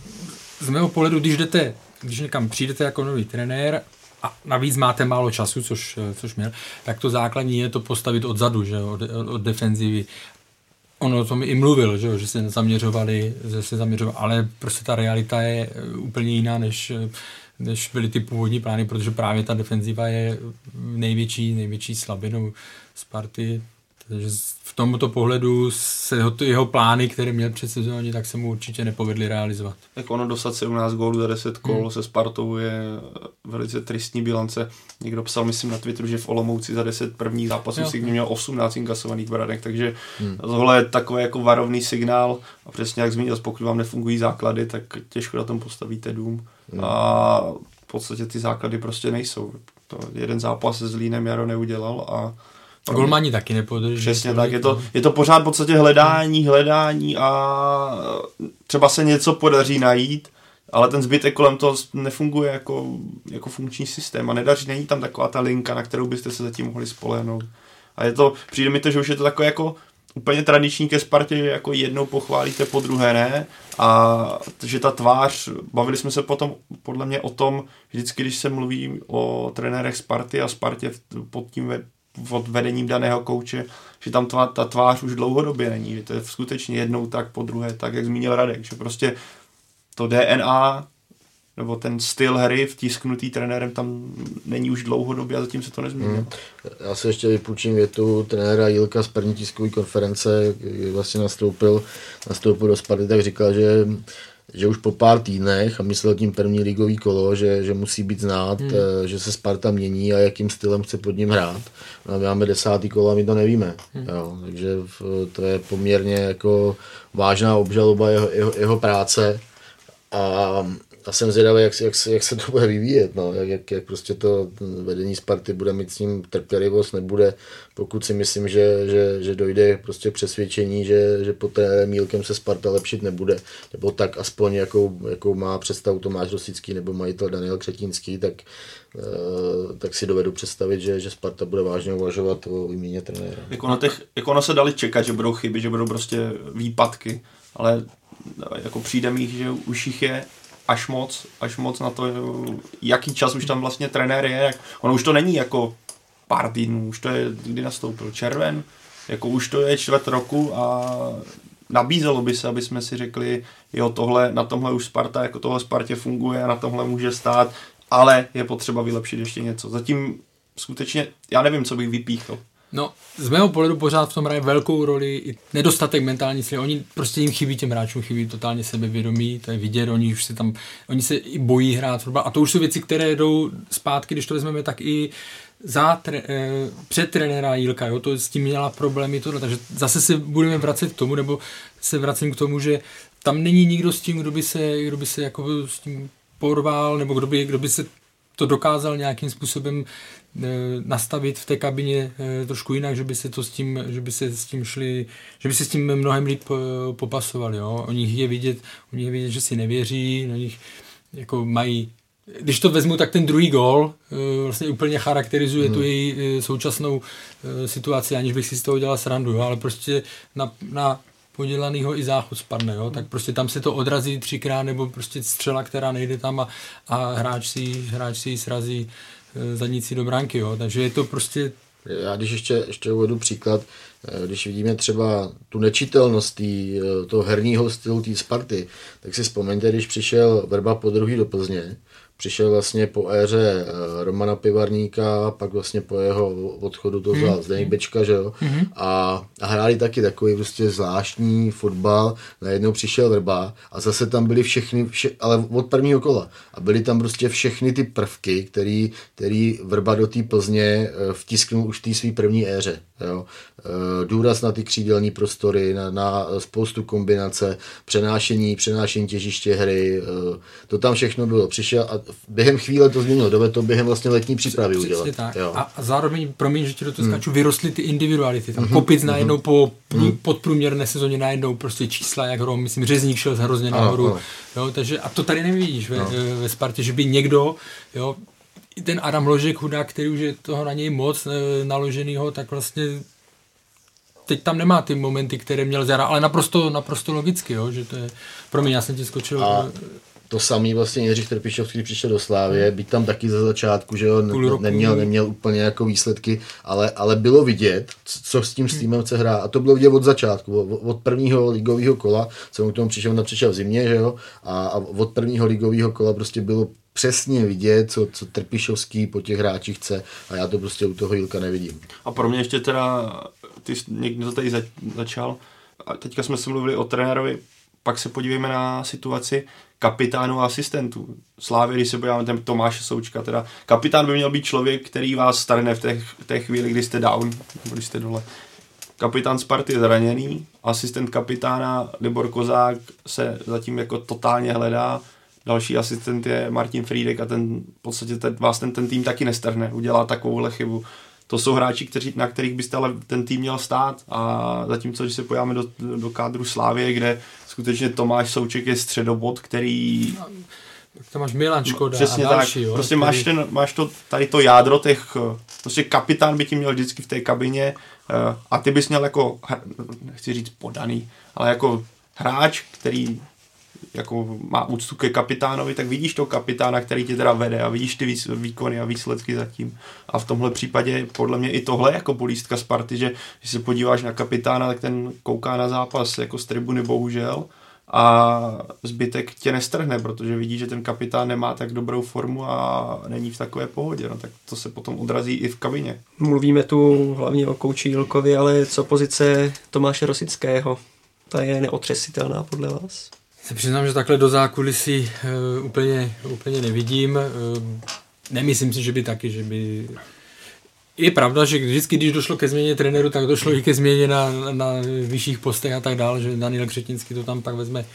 Speaker 6: z mého pohledu, když někam přijdete jako nový trenér a navíc máte málo času, což měl, tak to základní je to postavit odzadu, že od defenzivy. On o tom i mluvil, že se zaměřovali, ale prostě ta realita je úplně jiná, než byly ty původní plány, protože právě ta defenziva je největší slabinou Sparty. Takže v tomto pohledu se jeho plány, které měl před sezóně, tak se mu určitě nepovedly realizovat.
Speaker 7: Tak ono dostat 17 gólů za 10 kol se Spartou je velice tristní bilance. Někdo psal, myslím, na Twitteru, že v Olomouci za 10 prvních zápasů si měl 18 inkasovaných branek, takže tohle je takový jako varovný signál a přesně jak zmínil, pokud vám nefungují základy, tak těžko na tom postavíte dům a v podstatě ty základy prostě nejsou. To jeden zápas se Zlínem Jaro neudělal a
Speaker 6: golmani taky nepodrží.
Speaker 7: Přesně tak, je to pořád v podstatě hledání a třeba se něco podaří najít, ale ten zbytek kolem toho nefunguje jako funkční systém a není tam taková ta linka, na kterou byste se zatím mohli spolehnout. A přijde mi to, že už je to takové jako úplně tradiční ke Spartě, že jako jednou pochválíte, po druhé ne a že ta tvář, bavili jsme se potom podle mě o tom, vždycky, když se mluví o trenérech Sparty a Spartě pod pod vedením daného kouče, že tam ta tvář už dlouhodobě není, že to je skutečně jednou tak, po druhé tak, jak zmínil Radek, že prostě to DNA nebo ten styl hry vtisknutý trenérem tam není už dlouhodobě a zatím se to nezmění.
Speaker 5: Já se ještě vypůjčím větu trenéra Jilka z první tiskové konference, kdy vlastně nastoupil do Sparty, tak říkal, že už po pár týdnech, a myslel tím první ligový kolo, že musí být znát, že se Sparta mění a jakým stylem chce pod ním hrát. No, my máme 10. kolo a my to nevíme. Jo, takže to je poměrně jako vážná obžaloba jeho práce A jsem zvědavý, jak se to bude vyvíjet, no. Jak prostě to vedení Sparty bude mít s ním trpělivost, nebude, pokud si myslím, že dojde prostě k přesvědčení, že pod trenérem Mílkem se Sparta lepšit nebude, nebo tak aspoň, jakou má představu Tomáš Rosický nebo majitel Daniel Křetínský, tak si dovedu představit, že Sparta bude vážně uvažovat o výměně trenéra.
Speaker 7: Ono se dali čekat, že budou chyby, že budou prostě výpadky, ale jako přijde mi, že už jich je až moc na to, jaký čas už tam vlastně trenér je. Ono už to není jako pár týdnů, už to je, kdy nastoupil červen, jako už to je čtvrt roku a nabízelo by se, aby jsme si řekli, jo, na tomhle už Sparta, jako tohle Spartě funguje a na tomhle může stát, ale je potřeba vylepšit ještě něco. Zatím skutečně, já nevím, co bych vypíchl.
Speaker 6: No, z mého pohledu pořád v tom hraje velkou roli i nedostatek mentální síly. Oni prostě jim chybí, těm hráčům chybí totálně sebevědomí, to je vidět, oni se i bojí hrát fotbal. A to už jsou věci, které jdou zpátky, když to vezmeme, tak i před trenéra Jílka, jo, to s tím měla problémy tohle, takže zase se budeme vracet k tomu, nebo se vracím k tomu, že tam není nikdo s tím, kdo by se jako s tím porval, nebo kdo by se to dokázal nějakým způsobem nastavit v té kabině trošku jinak, že by se s tím mnohem líp popasovali, jo. Oni je vidět, že si nevěří, na nich jako mají. Když to vezmu, tak ten druhý gól vlastně úplně charakterizuje tu její současnou situaci, aniž bych si z toho dělal srandu, jo, ale prostě na podělanýho i záchod spadne, jo, tak prostě tam se to odrazí 3krát, nebo prostě střela, která nejde tam a hráč si ji srazí zadnici do branky, jo, takže je to prostě.
Speaker 5: Já když ještě uvedu příklad, když vidíme třeba tu nečitelnost toho herního stylu té Sparty, tak si vzpomeňte, když přišel Vrba podruhý do Plzně, přišel vlastně po éře Romana Pivarníka, pak vlastně po jeho odchodu to vzal Zdeněk Bečka, že jo, a hráli taky takový prostě zvláštní fotbal, najednou přišel Vrba a zase tam byly ale od prvního kola, a byly tam prostě všechny ty prvky, který Vrba do té Plzně vtisknul už v té své první éře, jo. Důraz na ty křídelní prostory, na spoustu kombinace, přenášení těžiště hry, to tam všechno bylo. Přišel a během chvíle to změnilo, dovedl to během vlastně letní přípravy udělat.
Speaker 6: A zároveň, promiň, že ti do toho skáču, vyrostly ty individuality. Tam Kopic najednou po podprůměrné sezóně najednou prostě čísla jak hrom, myslím, Řezník šel hrozně nahoru. Jo, takže, a to tady nevidíš ve Spartě, že by někdo, jo, ten Adam Ložek, chudák, který už je toho na něj moc naloženýho, tak vlastně teď tam nemá ty momenty, které měl Zara, ale naprosto logicky, jo, že to je, promiň, já jsem ti skočil.
Speaker 5: A to samý vlastně Jindřich Trpišovský přišel do Slávie, byť tam taky ze začátku, že jo, neměl úplně jako výsledky, ale bylo vidět, co s tím týmem chce hrát, a to bylo vidět od začátku, od prvního ligového kola, co mu k tomu přišel v zimě, že jo, a od prvního ligového kola prostě bylo přesně vidět, co Trpišovský po těch hráčích chce, a já to prostě u toho Jílka nevidím.
Speaker 7: A pro mě ještě teda, někdo to tady začal, a teďka jsme se mluvili o trenérovi, pak se podívejme na situaci kapitánů a asistentů. Slávy, když se podíváme ten Tomáše Součka, teda kapitán by měl být člověk, který vás starne v té chvíli, kdy jste down, nebo když jste dole. Kapitán Sparty je zraněný, asistent kapitána Libor Kozák se zatím jako totálně hledá, další asistent je Martin Frýdek a ten v podstatě ten tým taky nestarne, udělá takovouhle chybu. To jsou hráči, na kterých byste ale ten tým měl stát, a zatímco, když se podíváme do kádru Slávie, kde skutečně Tomáš Souček je středobod, který.
Speaker 6: To máš Milan Škoda
Speaker 7: přesně
Speaker 6: a další,
Speaker 7: tak.
Speaker 6: Jo,
Speaker 7: prostě máš tady to jádro těch, prostě kapitán by ti měl vždycky v té kabině, a ty bys měl jako, nechci říct podaný, ale jako hráč, který jako má úctu ke kapitánovi, tak vidíš toho kapitána, který tě teda vede, a vidíš ty výkony a výsledky zatím. A v tomhle případě podle mě i tohle jako bolístka Sparty, že když se podíváš na kapitána, tak ten kouká na zápas jako z tribuny bohužel, a zbytek tě nestrhne, protože vidí, že ten kapitán nemá tak dobrou formu a není v takové pohodě, no tak to se potom odrazí i v kabině.
Speaker 4: Mluvíme tu hlavně o kouči Jílkovi, ale co pozice Tomáše Rosického? Ta je neotřesitelná podle vás?
Speaker 6: Se přiznám, že takhle do zákulisí úplně nevidím. Nemyslím si, že by... Je pravda, že vždycky, když došlo ke změně trenéru, tak došlo i ke změně na vyšších postech a tak dále, že Daniel Křetínský to tam pak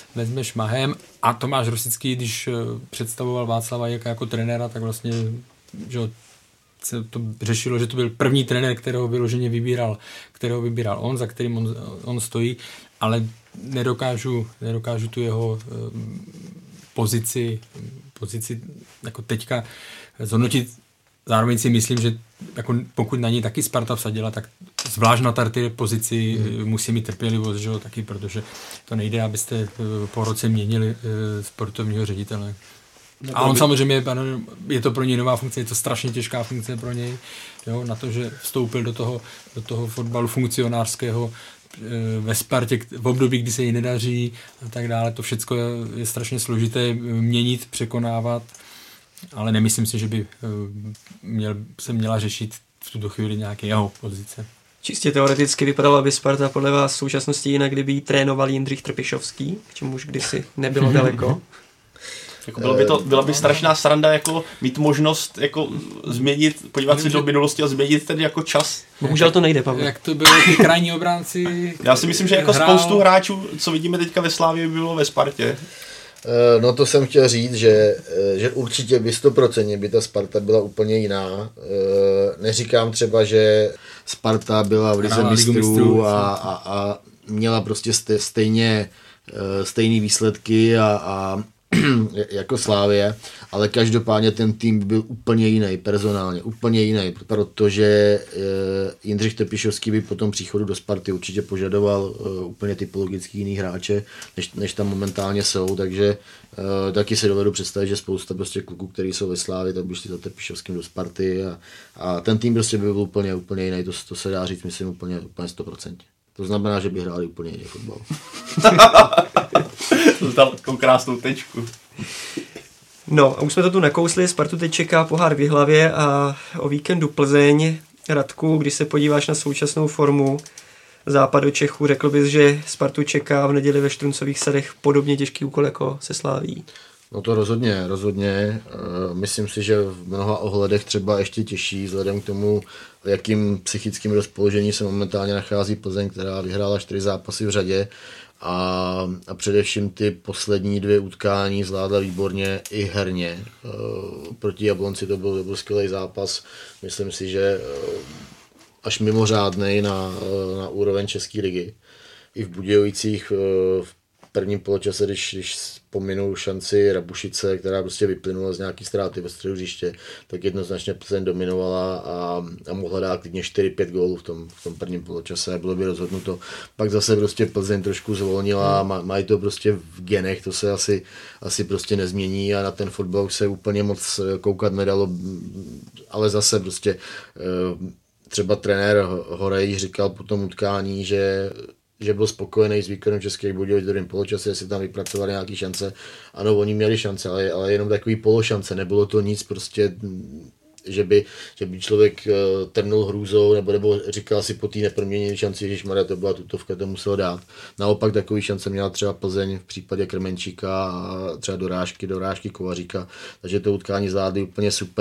Speaker 6: vezme šmahem. A Tomáš Rosický, když představoval Václava Jaka jako trenéra, tak vlastně že se to řešilo, že to byl první trenér, kterého vyloženě vybíral on, za kterým on stojí, ale nedokážu tu jeho pozici jako teďka zhodnotit. Zároveň si myslím, že jako pokud na něj taky Sparta vsadila, tak zvlášť na tady pozici musí mít trpělivost, že jo, taky, protože to nejde, abyste po roce měnili sportovního ředitele. A on samozřejmě, je to pro něj nová funkce, je to strašně těžká funkce pro něj, jo, na to, že vstoupil do toho fotbalu funkcionářského ve Spartě v období, kdy se jí nedaří a tak dále. To všechno je strašně složité měnit, překonávat, ale nemyslím si, že by se měla řešit v tuto chvíli nějaké jeho pozice.
Speaker 4: Čistě teoreticky vypadala by Sparta podle vás v současnosti jinak, kdyby jí trénoval Jindřich Trpišovský, k čemu už kdysi nebylo daleko.
Speaker 7: Jako byla by strašná sranda jako mít možnost jako změnit, podívat se do minulosti a změnit ten jako čas.
Speaker 4: Bohužel to nejde, Pavel.
Speaker 6: Jak to bylo ty krajní obránci?
Speaker 7: Já si myslím, že jako spoustu hráčů, co vidíme teďka ve Slávii, by bylo ve Spartě.
Speaker 5: No to jsem chtěl říct, že určitě by 100% by ta Sparta byla úplně jiná. Neříkám třeba, že Sparta byla v lize mistrů a měla prostě stejný výsledky a jako Slávie, ale každopádně ten tým byl úplně jiný, personálně, úplně jiný, protože Jindřich Trpišovský by po tom příchodu do Sparty určitě požadoval úplně typologicky jiný hráče, než tam momentálně jsou, takže taky si dovedu představit, že spousta prostě kluků, kteří jsou ve Slávii, tak by šli za Trpišovským do Sparty a ten tým prostě by byl úplně jiný, to se dá říct, myslím, úplně 100%. To znamená, že by hráli úplně jiný fotbal.
Speaker 7: To dal takovou krásnou tečku.
Speaker 4: No a už jsme to tu nakousli, Spartu teď čeká pohár v Jihlavě a o víkendu Plzeň. Radku, když se podíváš na současnou formu západu Čechů, řekl bys, že Spartu čeká v neděli ve Štruncových Sadech podobně těžký úkol jako se Slaví?
Speaker 5: No to rozhodně. Myslím si, že v mnoha ohledech třeba ještě těžší, vzhledem k tomu, jakým psychickým rozpoložení se momentálně nachází Plzeň, která vyhrála 4 zápasy v řadě a především ty poslední 2 utkání zvládla výborně i herně. Proti Jablonci to byl skvělý zápas. Myslím si, že až mimořádnej na úroveň české ligy. I v Budějovicích v prvním poločase, když pominu šanci Rabušice, která prostě vyplynula z nějaký ztráty ve středu hřiště, tak jednoznačně Plzeň dominovala a mohla dát klidně 4-5 gólů v tom prvním poločase a bylo by rozhodnuto. Pak zase prostě Plzeň trošku zvolnila, mají to prostě v genech, to se asi prostě nezmění a na ten fotbal se úplně moc koukat nedalo, ale zase prostě třeba trenér Horej říkal po tom utkání, že byl spokojený s výkonem Českých Budějovic v druhém poločase, jestli tam vypracovali nějaké šance. Ano, oni měli šance, ale jenom takový pološance, nebylo to nic prostě, že by člověk trnul hrůzou nebo říkal si po té neproměněné šanci, ježišmarja, to byla tutovka, to muselo dát. Naopak takový šance měla třeba Plzeň v případě Krmenčíka a třeba dorážky Kovaříka, takže to utkání zvládli úplně super.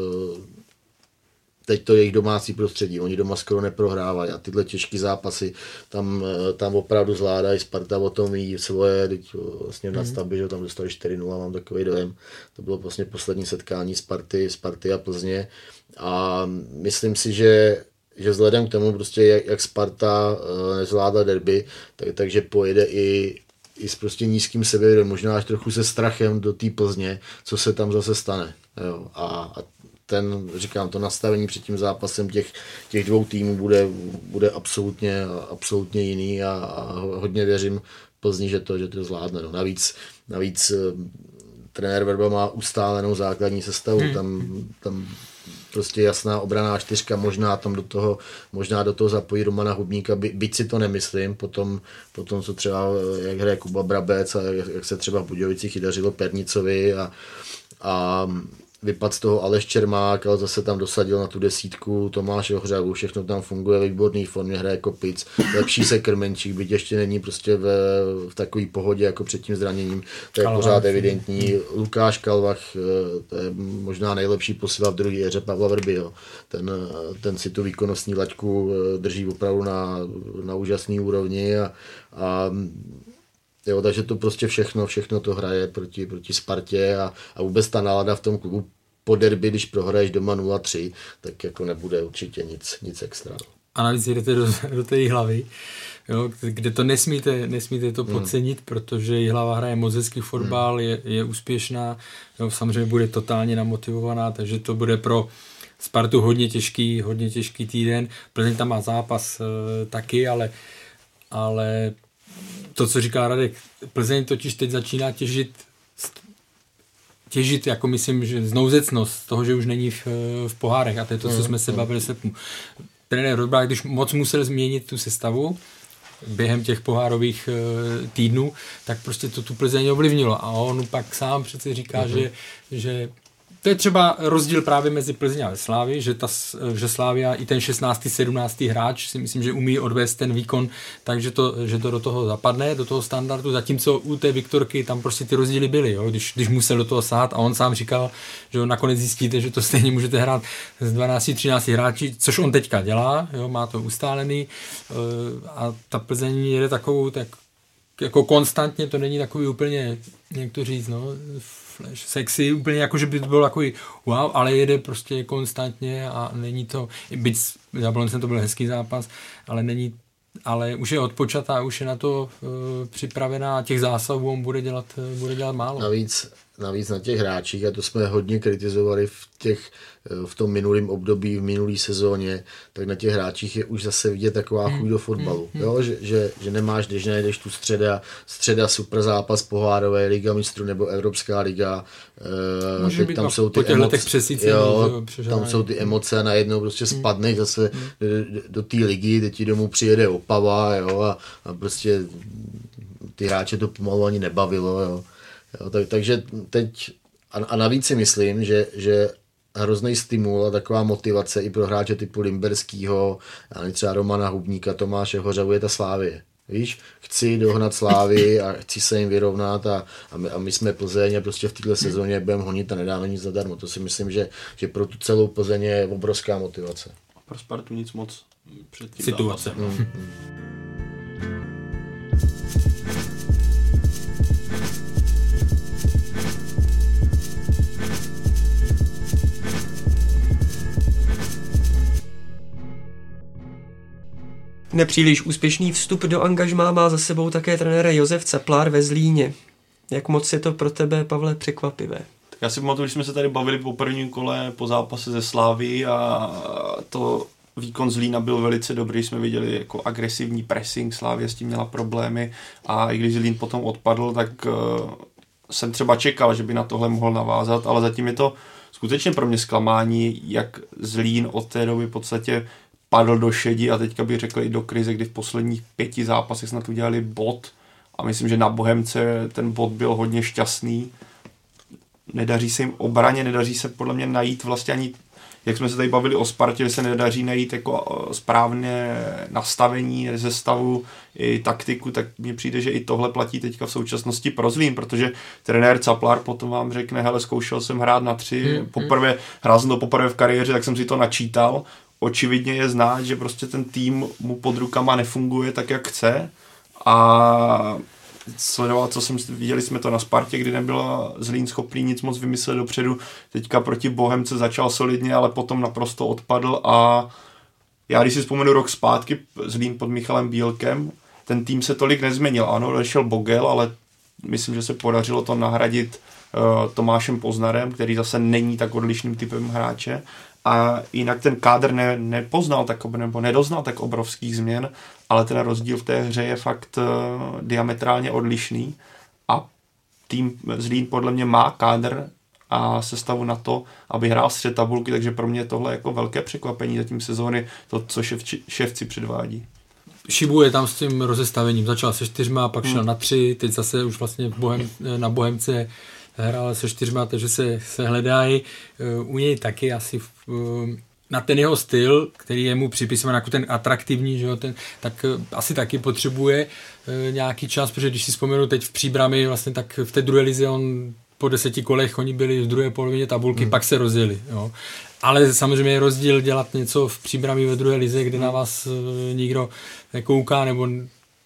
Speaker 5: Teď to je jejich domácí prostředí, oni doma skoro neprohrávají a tyhle těžké zápasy tam opravdu zvládají, Sparta o tom ví svoje, teď vlastně v nadstavbě, že tam dostali 4-0, mám takový dojem, to bylo vlastně poslední setkání Sparty a Plzně a myslím si, že vzhledem k tomu prostě, jak Sparta nezvládla derby, takže pojede i s prostě nízkým sebevědomím, možná až trochu se strachem do té Plzně, co se tam zase stane. Jo. A to nastavení před tím zápasem těch 2 týmů bude absolutně jiný a hodně věřím Plzni, že to zvládne. No. Navíc trenér Verba má ustálenou základní sestavu, tam prostě jasná obranná 4, možná do toho zapojí Romana Hubníka, byť si to nemyslím, potom co třeba, jak hraje Kuba Brabec a jak se třeba v Budějovicích dařilo Pernicovi a vypadl z toho Aleš Čermák, ale zase tam dosadil na tu 10 Tomáš Ohřavu, všechno tam funguje ve výborné formě, hraje Kopic, lepší se Krmenčík, byť ještě není prostě v takové pohodě jako před tím zraněním, to je pořád evidentní. Lukáš Kalvach, to je možná nejlepší posila v druhé éře Pavla Vrby, jo. Ten si tu výkonnostní laťku drží opravdu na úžasné úrovni a Jo, takže to prostě všechno to hraje proti Spartě a vůbec ta nálada v tom klubu po derby, když prohraješ doma 0-3, tak jako nebude určitě nic extra.
Speaker 6: A navíc jdete do té hlavy, jo, kde to nesmíte to podcenit, protože Jihlava hraje moc hezký fotbal, je úspěšná, jo, samozřejmě bude totálně namotivovaná, takže to bude pro Spartu hodně těžký týden. Plzeň tam má zápas taky, ale to, co říká Radek, Plzeň totiž teď začíná těžit, jako myslím, že znouzecnost z toho, že už není v pohárech, a to je to, co jsme se bavili v srpnu. Trenér Rodbák, když moc musel změnit tu sestavu během těch pohárových týdnů, tak prostě to tu Plzeň ovlivnilo. A on pak sám přece říká, že to je třeba rozdíl právě mezi Plzeň a Slávy, že Slávia i ten 16. 17. hráč si myslím, že umí odvést ten výkon, takže že to do toho zapadne, do toho standardu, zatímco u té Viktorky tam prostě ty rozdíly byly, jo? Když musel do toho sahat a on sám říkal, že nakonec zjistíte, že to stejně můžete hrát z 12-13 hráči, což on teďka dělá, jo? Má to ustálený a ta Plzeň jede takovou tak jako konstantně, to není takový úplně, jak to říct, no, flash sexy, úplně jako, že by to bylo takový wow, ale jede prostě konstantně a není to, byť s Jabloncem to byl hezký zápas, ale už je odpočatá, už je na to připravená a těch zásahů on bude dělat málo.
Speaker 5: Navíc na těch hráčích, a to jsme hodně kritizovali v tom minulém období, v minulý sezóně, tak na těch hráčích je už zase vidět taková chuť do fotbalu. Jo? Že nemáš, když nejdeš tu středa super zápas pohárové, Liga mistrů nebo Evropská liga. Teď tam jsou ty tam jsou ty emoce a najednou prostě spadneš zase do té ligy, teď ti domů přijede Opava, jo? A prostě ty hráče to pomalu ani nebavilo. Jo? Jo, takže teď, a navíc si myslím, že hrozný stimul a taková motivace i pro hráče typu Limberskýho, třeba Romana Hubníka, Tomáše Hořavu je ta Slávie. Víš, chci dohnat Slávy a chci se jim vyrovnat a my jsme Plzeň a prostě v této sezóně budeme honit a nedáme nic zadarmo. To si myslím, že pro tu celou Plzeň je obrovská motivace.
Speaker 7: A pro Spartu nic moc před tím
Speaker 6: situace.
Speaker 4: Nepříliš úspěšný vstup do angažmá má za sebou také trenér Josef Ceplár ve Zlíně. Jak moc je to pro tebe, Pavle, překvapivé?
Speaker 7: Já si pamatuju, když jsme se tady bavili po prvním kole po zápase ze Sláví a to výkon Zlína byl velice dobrý, jsme viděli jako agresivní pressing, Slávia s tím měla problémy a i když Zlín potom odpadl, tak jsem třeba čekal, že by na tohle mohl navázat, ale zatím je to skutečně pro mě zklamání, jak Zlín od té doby v podstatě padl do šedi a teďka bych řekl i do krize, kdy v posledních 5 zápasech snad udělali bod a myslím, že na Bohemce ten bod byl hodně šťastný. Nedaří se jim obraně, nedaří se podle mě najít vlastně ani, jak jsme se tady bavili o Spartě, že se nedaří najít jako správné nastavení ze stavu i taktiku, tak mně přijde, že i tohle platí teďka v současnosti pro Zlín, protože trenér Caplár potom vám řekne, hele, zkoušel jsem hrát na 3, hrál jsem to poprvé v kariéře, tak jsem si to načítal. Očividně je znát, že prostě ten tým mu pod rukama nefunguje tak, jak chce a sledoval, viděli jsme to na Spartě, kdy nebyl Zlín schopný nic moc vymyslet dopředu, teďka proti Bohemce začal solidně, ale potom naprosto odpadl a já když si vzpomenu rok zpátky Zlín pod Michalem Bílkem, ten tým se tolik nezměnil, ano, odešel Bogel, ale myslím, že se podařilo to nahradit Tomášem Poznarem, který zase není tak odlišným typem hráče. A jinak ten kádr nepoznal nebo nedoznal tak obrovských změn, ale ten rozdíl v té hře je fakt diametrálně odlišný a tým Zlín podle mě má kádr a sestavu na to, aby hrál střed tabulky, takže pro mě tohle je jako velké překvapení zatím sezóny, to, co ševci předvádí.
Speaker 6: Šibuje tam s tím rozestavením, začal se 4, pak šel na 3, teď zase už vlastně na Bohemce hrál se 4, takže se hledají. U něj taky asi na ten jeho styl, který je mu připisovaný jako ten atraktivní, že jo, tak asi taky potřebuje nějaký čas, protože když si vzpomenu teď v Příbrami, vlastně tak v té druhé lize on po 10 kolech oni byli v druhé polovině tabulky, pak se rozjeli. Jo. Ale samozřejmě je rozdíl dělat něco v Příbrami ve druhé lize, kde na vás nikdo nekouká nebo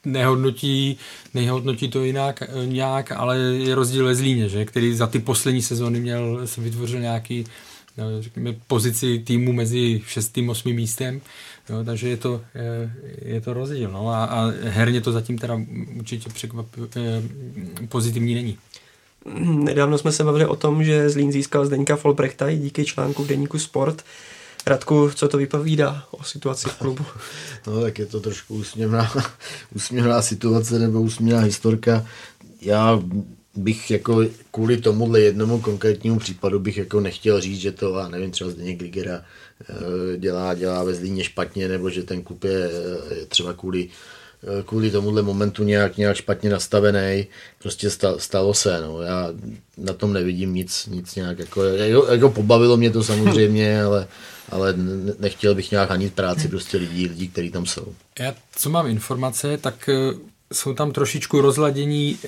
Speaker 6: nehodnotí to jinak nějak, ale je rozdíl ve Zlíně, že? Který za ty poslední sezóny se vytvořil nějaký, řekněme, pozici týmu mezi 6. a 8. místem, jo, takže je to rozdíl, no, a herně to zatím teda určitě pozitivní není.
Speaker 4: Nedávno jsme se bavili o tom, že Zlín získal Zdeňka Folbrechta i díky článku v deníku Sport. Radku, co to vypovídá o situaci v klubu?
Speaker 5: No tak je to trošku úsměvná situace nebo úsměvná historka. Já bych jako kvůli tomuhle jednomu konkrétnímu případu bych jako nechtěl říct, že to, a nevím, třeba Zdeněk Grigera dělá ve Zlíně špatně, nebo že ten klub je třeba kvůli tomuhle momentu nějak špatně nastavený. Prostě stalo se, no. Já na tom nevidím nic nějak, jako pobavilo mě to samozřejmě, ale nechtěl bych nějak hanit práci prostě lidí, kteří tam jsou.
Speaker 6: Já, co mám informace, tak jsou tam trošičku rozladění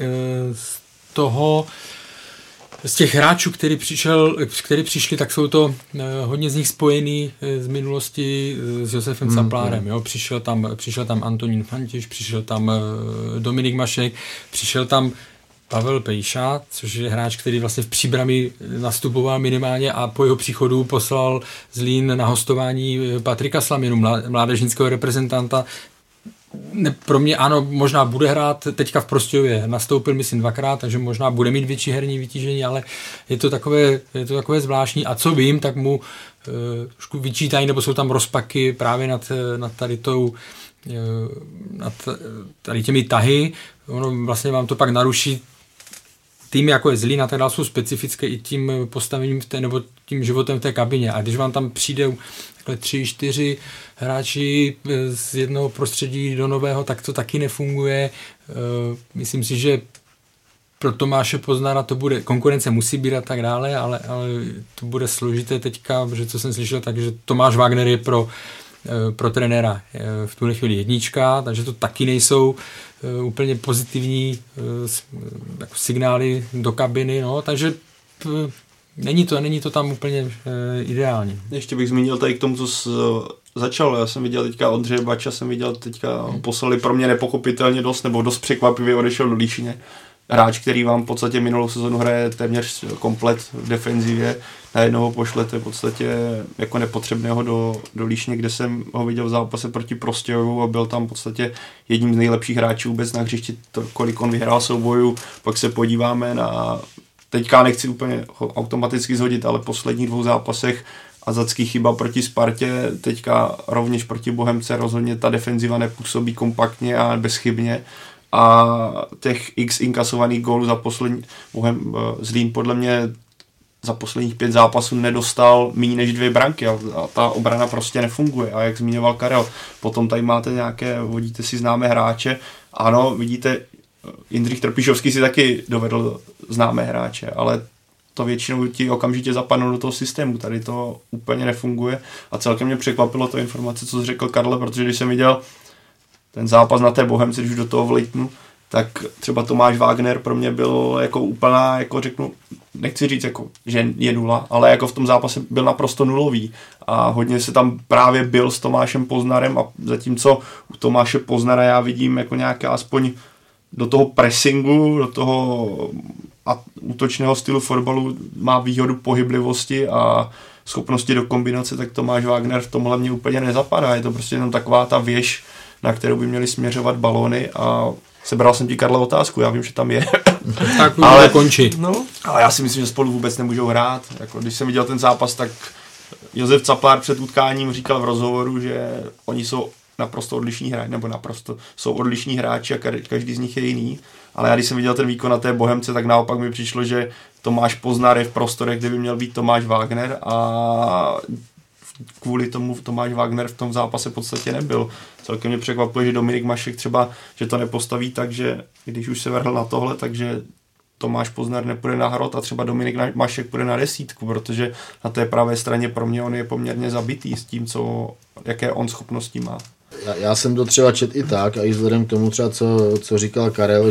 Speaker 6: z těch hráčů, který přišli, tak jsou to hodně z nich spojený z minulosti s Josefem Caplárem. Jo? Přišel tam Antonín Fantiš, přišel tam Dominik Mašek, přišel tam Pavel Pejša, což je hráč, který vlastně v Příbrami nastupoval minimálně a po jeho příchodu poslal Zlín na hostování Patrika Slaminu, mládežnického reprezentanta. Pro mě ano, možná bude hrát, teďka v Prostějově nastoupil, myslím, 2krát, takže možná bude mít větší herní vytížení, ale je to takové zvláštní. A co vím, tak mu trošku vyčítají, nebo jsou tam rozpaky právě nad tady těmi tahy. Ono vlastně vám to pak naruší. Týmy jako je Zlín a tak dále jsou specifické i tím postavením nebo tím životem v té kabině. A když vám tam přijde takhle 3-4 hráči z jednoho prostředí do nového, tak to taky nefunguje. Myslím si, že pro Tomáše Poznara to bude, konkurence musí být a tak dále, ale to bude složité teďka, protože co jsem slyšel, takže Tomáš Wagner je pro trenéra v tuhle chvíli 1, takže to taky nejsou úplně pozitivní jako signály do kabiny, no, takže není to tam úplně ideální.
Speaker 7: Ještě bych zmínil tady k tomu, co začal. Já jsem viděl teďka Ondřeje Bača, poslali pro mě nepochopitelně dost, nebo dost překvapivě odešel do Líšně. Hráč, který vám v podstatě minulou sezonu hraje téměř komplet v defenzivě, najednou ho pošlete v podstatě jako nepotřebného do Líšně, kde jsem ho viděl v zápase proti Prostějovu a byl tam v podstatě jedním z nejlepších hráčů vůbec na hřišti, kolik on vyhrál soubojů. Pak se podíváme na, teďka nechci úplně automaticky zhodit, ale posledních 2 zápasech Azacký chyba proti Spartě, teďka rovněž proti Bohemce, rozhodně ta defenziva nepůsobí kompaktně a bezchybně. A těch x inkasovaných gólů za poslední Zlín podle mě za posledních 5 zápasů nedostal méně než 2 branky a ta obrana prostě nefunguje. A jak zmiňoval Karel, potom tady máte vodíte si známé hráče. Ano, vidíte, Jindřich Trpišovský si taky dovedl známé hráče, ale to většinou ti okamžitě zapadnou do toho systému. Tady to úplně nefunguje a celkem mě překvapilo to informace, co řekl Karle, protože když jsem viděl ten zápas na té Bohemce, když už do toho vlítnu, tak třeba Tomáš Wagner pro mě byl jako úplná, jako řeknu, nechci říct, jako, že je 0, ale jako v tom zápase byl naprosto nulový a hodně se tam právě byl s Tomášem Poznarem a zatímco u Tomáše Poznara já vidím jako nějaké aspoň do toho pressingu, do toho útočného stylu fotbalu má výhodu pohyblivosti a schopnosti do kombinace, tak Tomáš Wagner v tomhle mě úplně nezapadá. Je to prostě jenom taková ta věž, na kterou by měly směřovat balóny a sebral jsem ti, Karle, otázku, já vím, že tam je.
Speaker 6: Tak ale končí.
Speaker 7: No, ale já si myslím, že spolu vůbec nemůžou hrát. Jako, když jsem viděl ten zápas, tak Josef Caplár před utkáním říkal v rozhovoru, že oni jsou naprosto odlišní hráči, nebo naprosto jsou odlišní hráči a každý z nich je jiný. Ale já když jsem viděl ten výkon na té Bohemce, tak naopak mi přišlo, že Tomáš Poznar je v prostorech, kde by měl být Tomáš Wagner a kvůli tomu Tomáš Wagner v tom zápase v podstatě nebyl. Celkem mě překvapuje, že Dominik Mašek třeba, že to nepostaví tak, že když už se vrhl na tohle, takže Tomáš Poznar nepůjde na hrot a třeba Dominik Mašek půjde na 10, protože na té pravé straně pro mě on je poměrně zabitý s tím, jaké on schopnosti má.
Speaker 5: Já jsem to třeba čet i tak a i vzhledem k tomu třeba, co říkal Karel,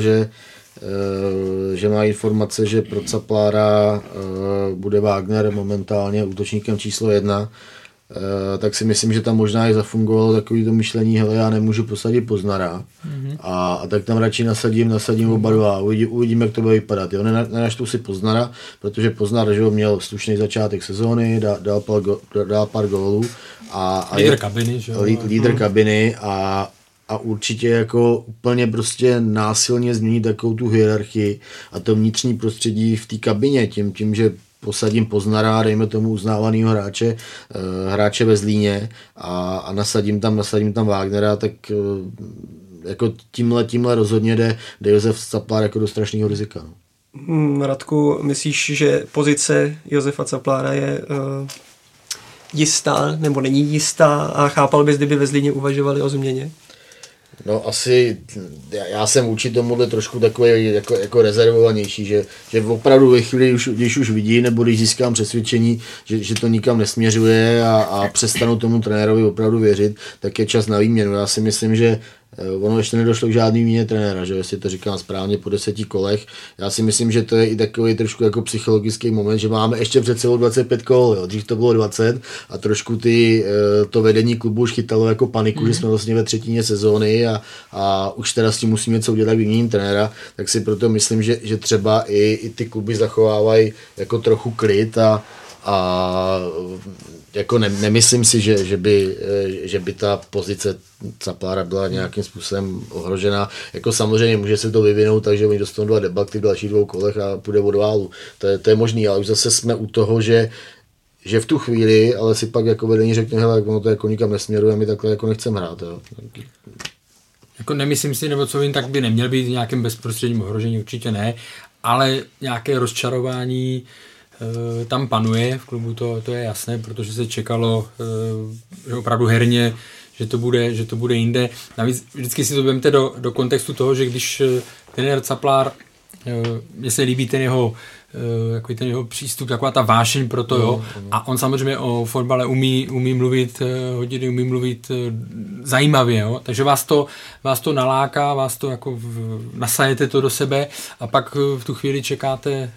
Speaker 5: že má informace, že pro Caplára bude Wagner momentálně útočníkem číslo 1, tak si myslím, že tam možná i zafungovalo takový to myšlení, hele, já nemůžu posadit Poznara, a tak tam radši nasadím oba dva, uvidíme, jak to bude vypadat. Jo? Nenaštu si Poznara, protože Poznar, že měl slušný začátek sezóny, dal pár gólů. Lídr kabiny a určitě jako úplně prostě násilně změnit takovou tu hierarchii a to vnitřní prostředí v té kabině tím, že posadím Poznara, dejme tomu uznávanýho hráče ve Zlíně a nasadím tam Wagnera, tak jako tímhle rozhodně jde Josef Caplár jako do strašného rizika.
Speaker 4: Radku, myslíš, že pozice Josefa Caplára je jistá nebo není jistá a chápal bys, kdyby ve Zlíně uvažovali o změně?
Speaker 5: No asi, já jsem vůči tomuhle trošku takový jako rezervovanější, že opravdu ve chvíli, když už vidí, nebo když získám přesvědčení, že to nikam nesměřuje a přestanu tomu trenérovi opravdu věřit, tak je čas na výměnu. Já si myslím, že ono ještě nedošlo k žádný výměně trenéra, že jestli to říkám správně po 10 kolech. Já si myslím, že to je i takový trošku jako psychologický moment, že máme ještě před sebou 25 kol, jo. Dřív to bylo 20 a trošku to vedení klubu už chytalo jako paniku, že jsme vlastně ve třetině sezóny a už teda s tím musíme něco udělat, jak vyměním trenéra, tak si proto myslím, že třeba i ty kluby zachovávají jako trochu klid a jako nemyslím si, že by ta pozice Caplára byla nějakým způsobem ohrožená. Jako samozřejmě může se to vyvinout tak, že oni dostanou 2 debaty v dalších 2 kolech a půjde od válu. To je možný, ale už zase jsme u toho, že v tu chvíli, ale si pak jako vedení řekne, hele, ono to jako nikam nesměruje, my takhle jako nechceme hrát. Jo.
Speaker 6: Jako nemyslím si, nebo co vím, tak by neměl být v nějakém bezprostředním ohrožení, určitě ne, ale nějaké rozčarování tam panuje v klubu, to je jasné, protože se čekalo, že opravdu herně, že to bude jinde. Navíc vždycky si to vemte do kontextu toho, že když trenér Caplár, mně se líbí ten jeho přístup, taková ta vášeň pro to, jo. A on samozřejmě o fotbale umí mluvit hodiny, umí mluvit zajímavě, jo. Takže vás to naláká, vás to jako nasajete to do sebe a pak v tu chvíli čekáte,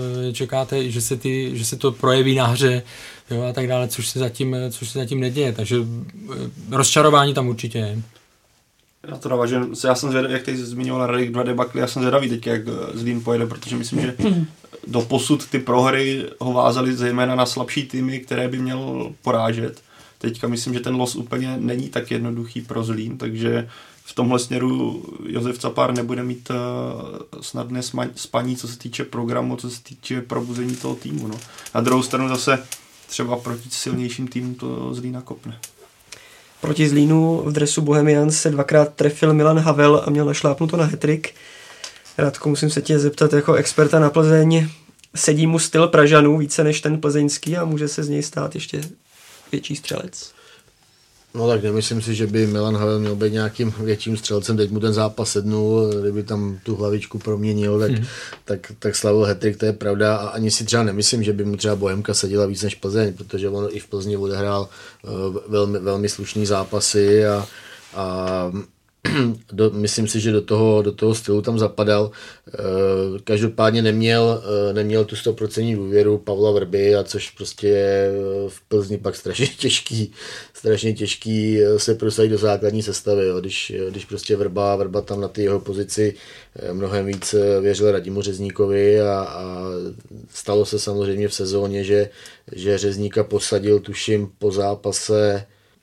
Speaker 6: že se to projeví na hře, jo, a tak dále, což se zatím neděje. Takže rozčarování tam určitě je.
Speaker 7: Já to navážu, já jsem zvědavý, jak tady zmiňoval Radek 2 debakly, já jsem zvědavý teď, jak Zlín pojede, protože myslím, že doposud ty prohry ho vázaly zejména na slabší týmy, které by měl porážet. Teďka myslím, že ten los úplně není tak jednoduchý pro Zlín, takže v tomhle směru Josef Capár nebude mít snadné spaní, co se týče programu, co se týče probuzení toho týmu. No. Na druhou stranu zase třeba proti silnějším týmům to Zlín nakopne.
Speaker 4: Proti Zlínu v dresu Bohemians se 2krát trefil Milan Havel a měl našlápnuto na hat-trick. Radko, musím se tě zeptat jako experta na Plzeň, sedí mu styl Pražanů více než ten plzeňský a může se z něj stát ještě větší střelec?
Speaker 5: No tak nemyslím si, že by Milan Havel měl být nějakým větším střelcem, teď mu ten zápas sednul, kdyby tam tu hlavičku proměnil, tak slavil hat-trick, to je pravda a ani si třeba nemyslím, že by mu třeba Bohemka seděla víc než Plzeň, protože on i v Plzni odehrál velmi, velmi slušný zápasy a myslím si, že do toho stylu tam zapadal. Každopádně neměl tu 100% důvěru Pavla Vrby, a což prostě je v Plzni pak strašně těžký se prosadit do základní sestavy. Jo. Když prostě Vrba tam na ty jeho pozici mnohem víc věřil Radimu Řezníkovi a stalo se samozřejmě v sezóně, že Řezníka posadil tuším po zápase,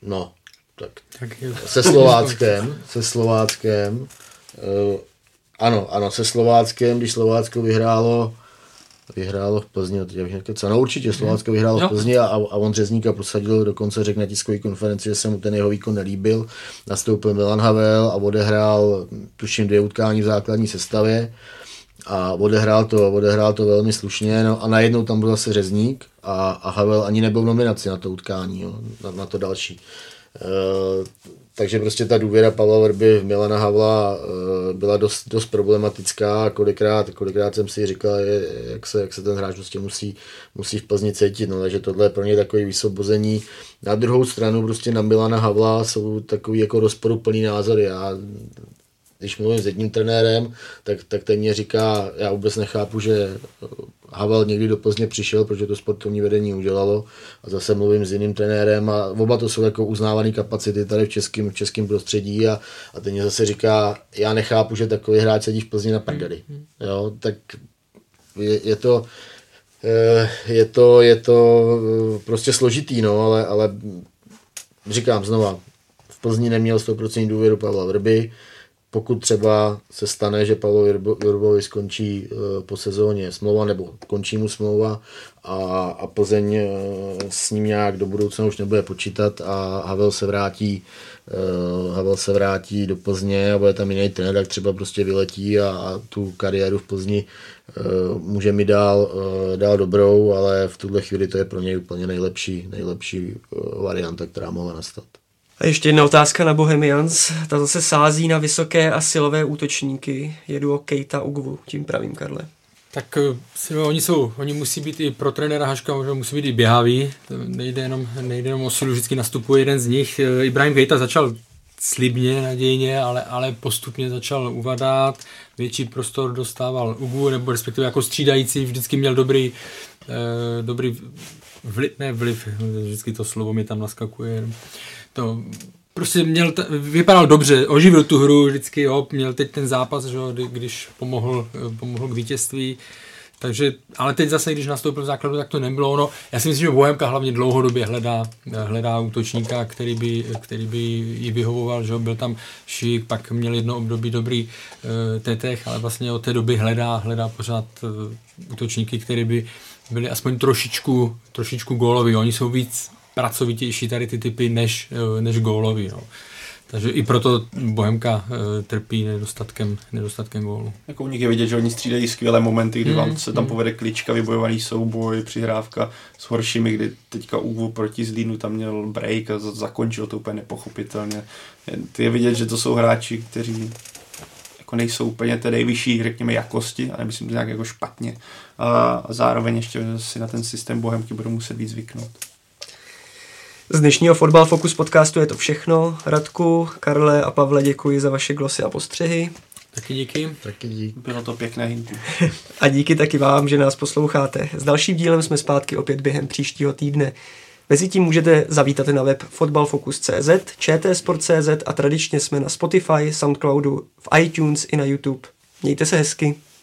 Speaker 5: se Slováckem. Ano, se Slováckem, když Slovácko vyhrálo v Plzni, určitě Slovácko vyhrálo v Plzni a on Řezníka prosadil, dokonce řekl na tiskové konferenci, že se mu ten jeho výkon nelíbil. Nastoupil Milan Havel a odehrál tuším 2 utkání v základní sestavě a odehrál to velmi slušně, no a najednou tam byl zase Řezník a Havel ani nebyl v nominaci na to utkání, jo, na to další. Takže prostě ta důvěra Pavla Vrby v Milana Havla byla dost problematická. Kolikrát jsem si říkal, jak se ten hráč prostě musí v Plzni cítit. No, takže tohle je pro ně takový vysvobození. Na druhou stranu prostě na Milana Havla jsou takový jako rozporuplný názory. Já když mluvím s jedním trenérem, tak ten mě říká, já vůbec nechápu, že Havel někdy do Plzně přišel, protože to sportovní vedení udělalo a zase mluvím s jiným trenérem a oba to jsou jako uznávané kapacity tady v českém prostředí a ten mě zase říká, já nechápu, že takový hráč sedí v Plzni na prdeli. Jo, tak je to prostě složitý, no, ale říkám znova, v Plzni neměl 100% důvěru Pavla Vrby. Pokud třeba se stane, že Pavlovi Vrbovi skončí po sezóně smlouva nebo končí mu smlouva a Plzeň s ním nějak do budoucna už nebude počítat a Havel se vrátí do Plzně a bude tam jiný trenér, tak třeba prostě vyletí a tu kariéru v Plzni může mi dál dobrou, ale v tuhle chvíli to je pro něj úplně nejlepší varianta, která mohla nastat.
Speaker 4: A ještě jedna otázka na Bohemians. Ta zase sází na vysoké a silové útočníky. Jedu o Keita Ugwu, tím pravým, Karle.
Speaker 6: Tak oni musí být i pro trenéra Haška, musí být i běhaví. Nejde jenom o silu, vždycky nastupuje jeden z nich. Ibrahim Keita začal slibně, nadějně, ale postupně začal uvadat. Větší prostor dostával Ugwu, nebo respektive jako střídající, vždycky měl dobrý vliv, vždycky to slovo mi tam naskakuje. To prostě vypadal dobře, oživil tu hru vždycky, měl teď ten zápas, že, když pomohl k vítězství, takže, ale teď zase, když nastoupil v základu, tak to nebylo ono. Já si myslím, že Bohemka hlavně dlouhodobě hledá útočníka, který by jí vyhovoval, že byl tam Šík, pak měl jedno období dobrý Tetech, ale vlastně od té doby hledá pořád útočníky, který by byli aspoň trošičku góloví. Oni jsou víc pracovitější tady ty typy než góloví. No. Takže i proto Bohemka trpí nedostatkem gólu.
Speaker 7: Jako u nich je vidět, že oni střídají skvělé momenty, kdy vám se tam povede klička, vybojovaný souboj, přihrávka s horšími, kdy teďka Ugwu proti Zlínu tam měl break a zakončil to úplně nepochopitelně. Je vidět, že to jsou hráči, kteří jako nejsou úplně té nejvyšší, řekněme, jakosti, a nemyslím to nějak jako špatně. A zároveň ještě si na ten systém Bohemky budou muset víc zvyknout.
Speaker 4: Z dnešního Fotbal Focus podcastu je to všechno. Radku, Karle a Pavle, děkuji za vaše glosy a postřehy.
Speaker 6: Taky díky.
Speaker 7: Bylo to pěkné hinty.
Speaker 4: A díky taky vám, že nás posloucháte. S dalším dílem jsme zpátky opět během příštího týdne. Mezitím můžete zavítat na web fotbalfocus.cz, čtsport.cz a tradičně jsme na Spotify, Soundcloudu, v iTunes i na YouTube. Mějte se hezky.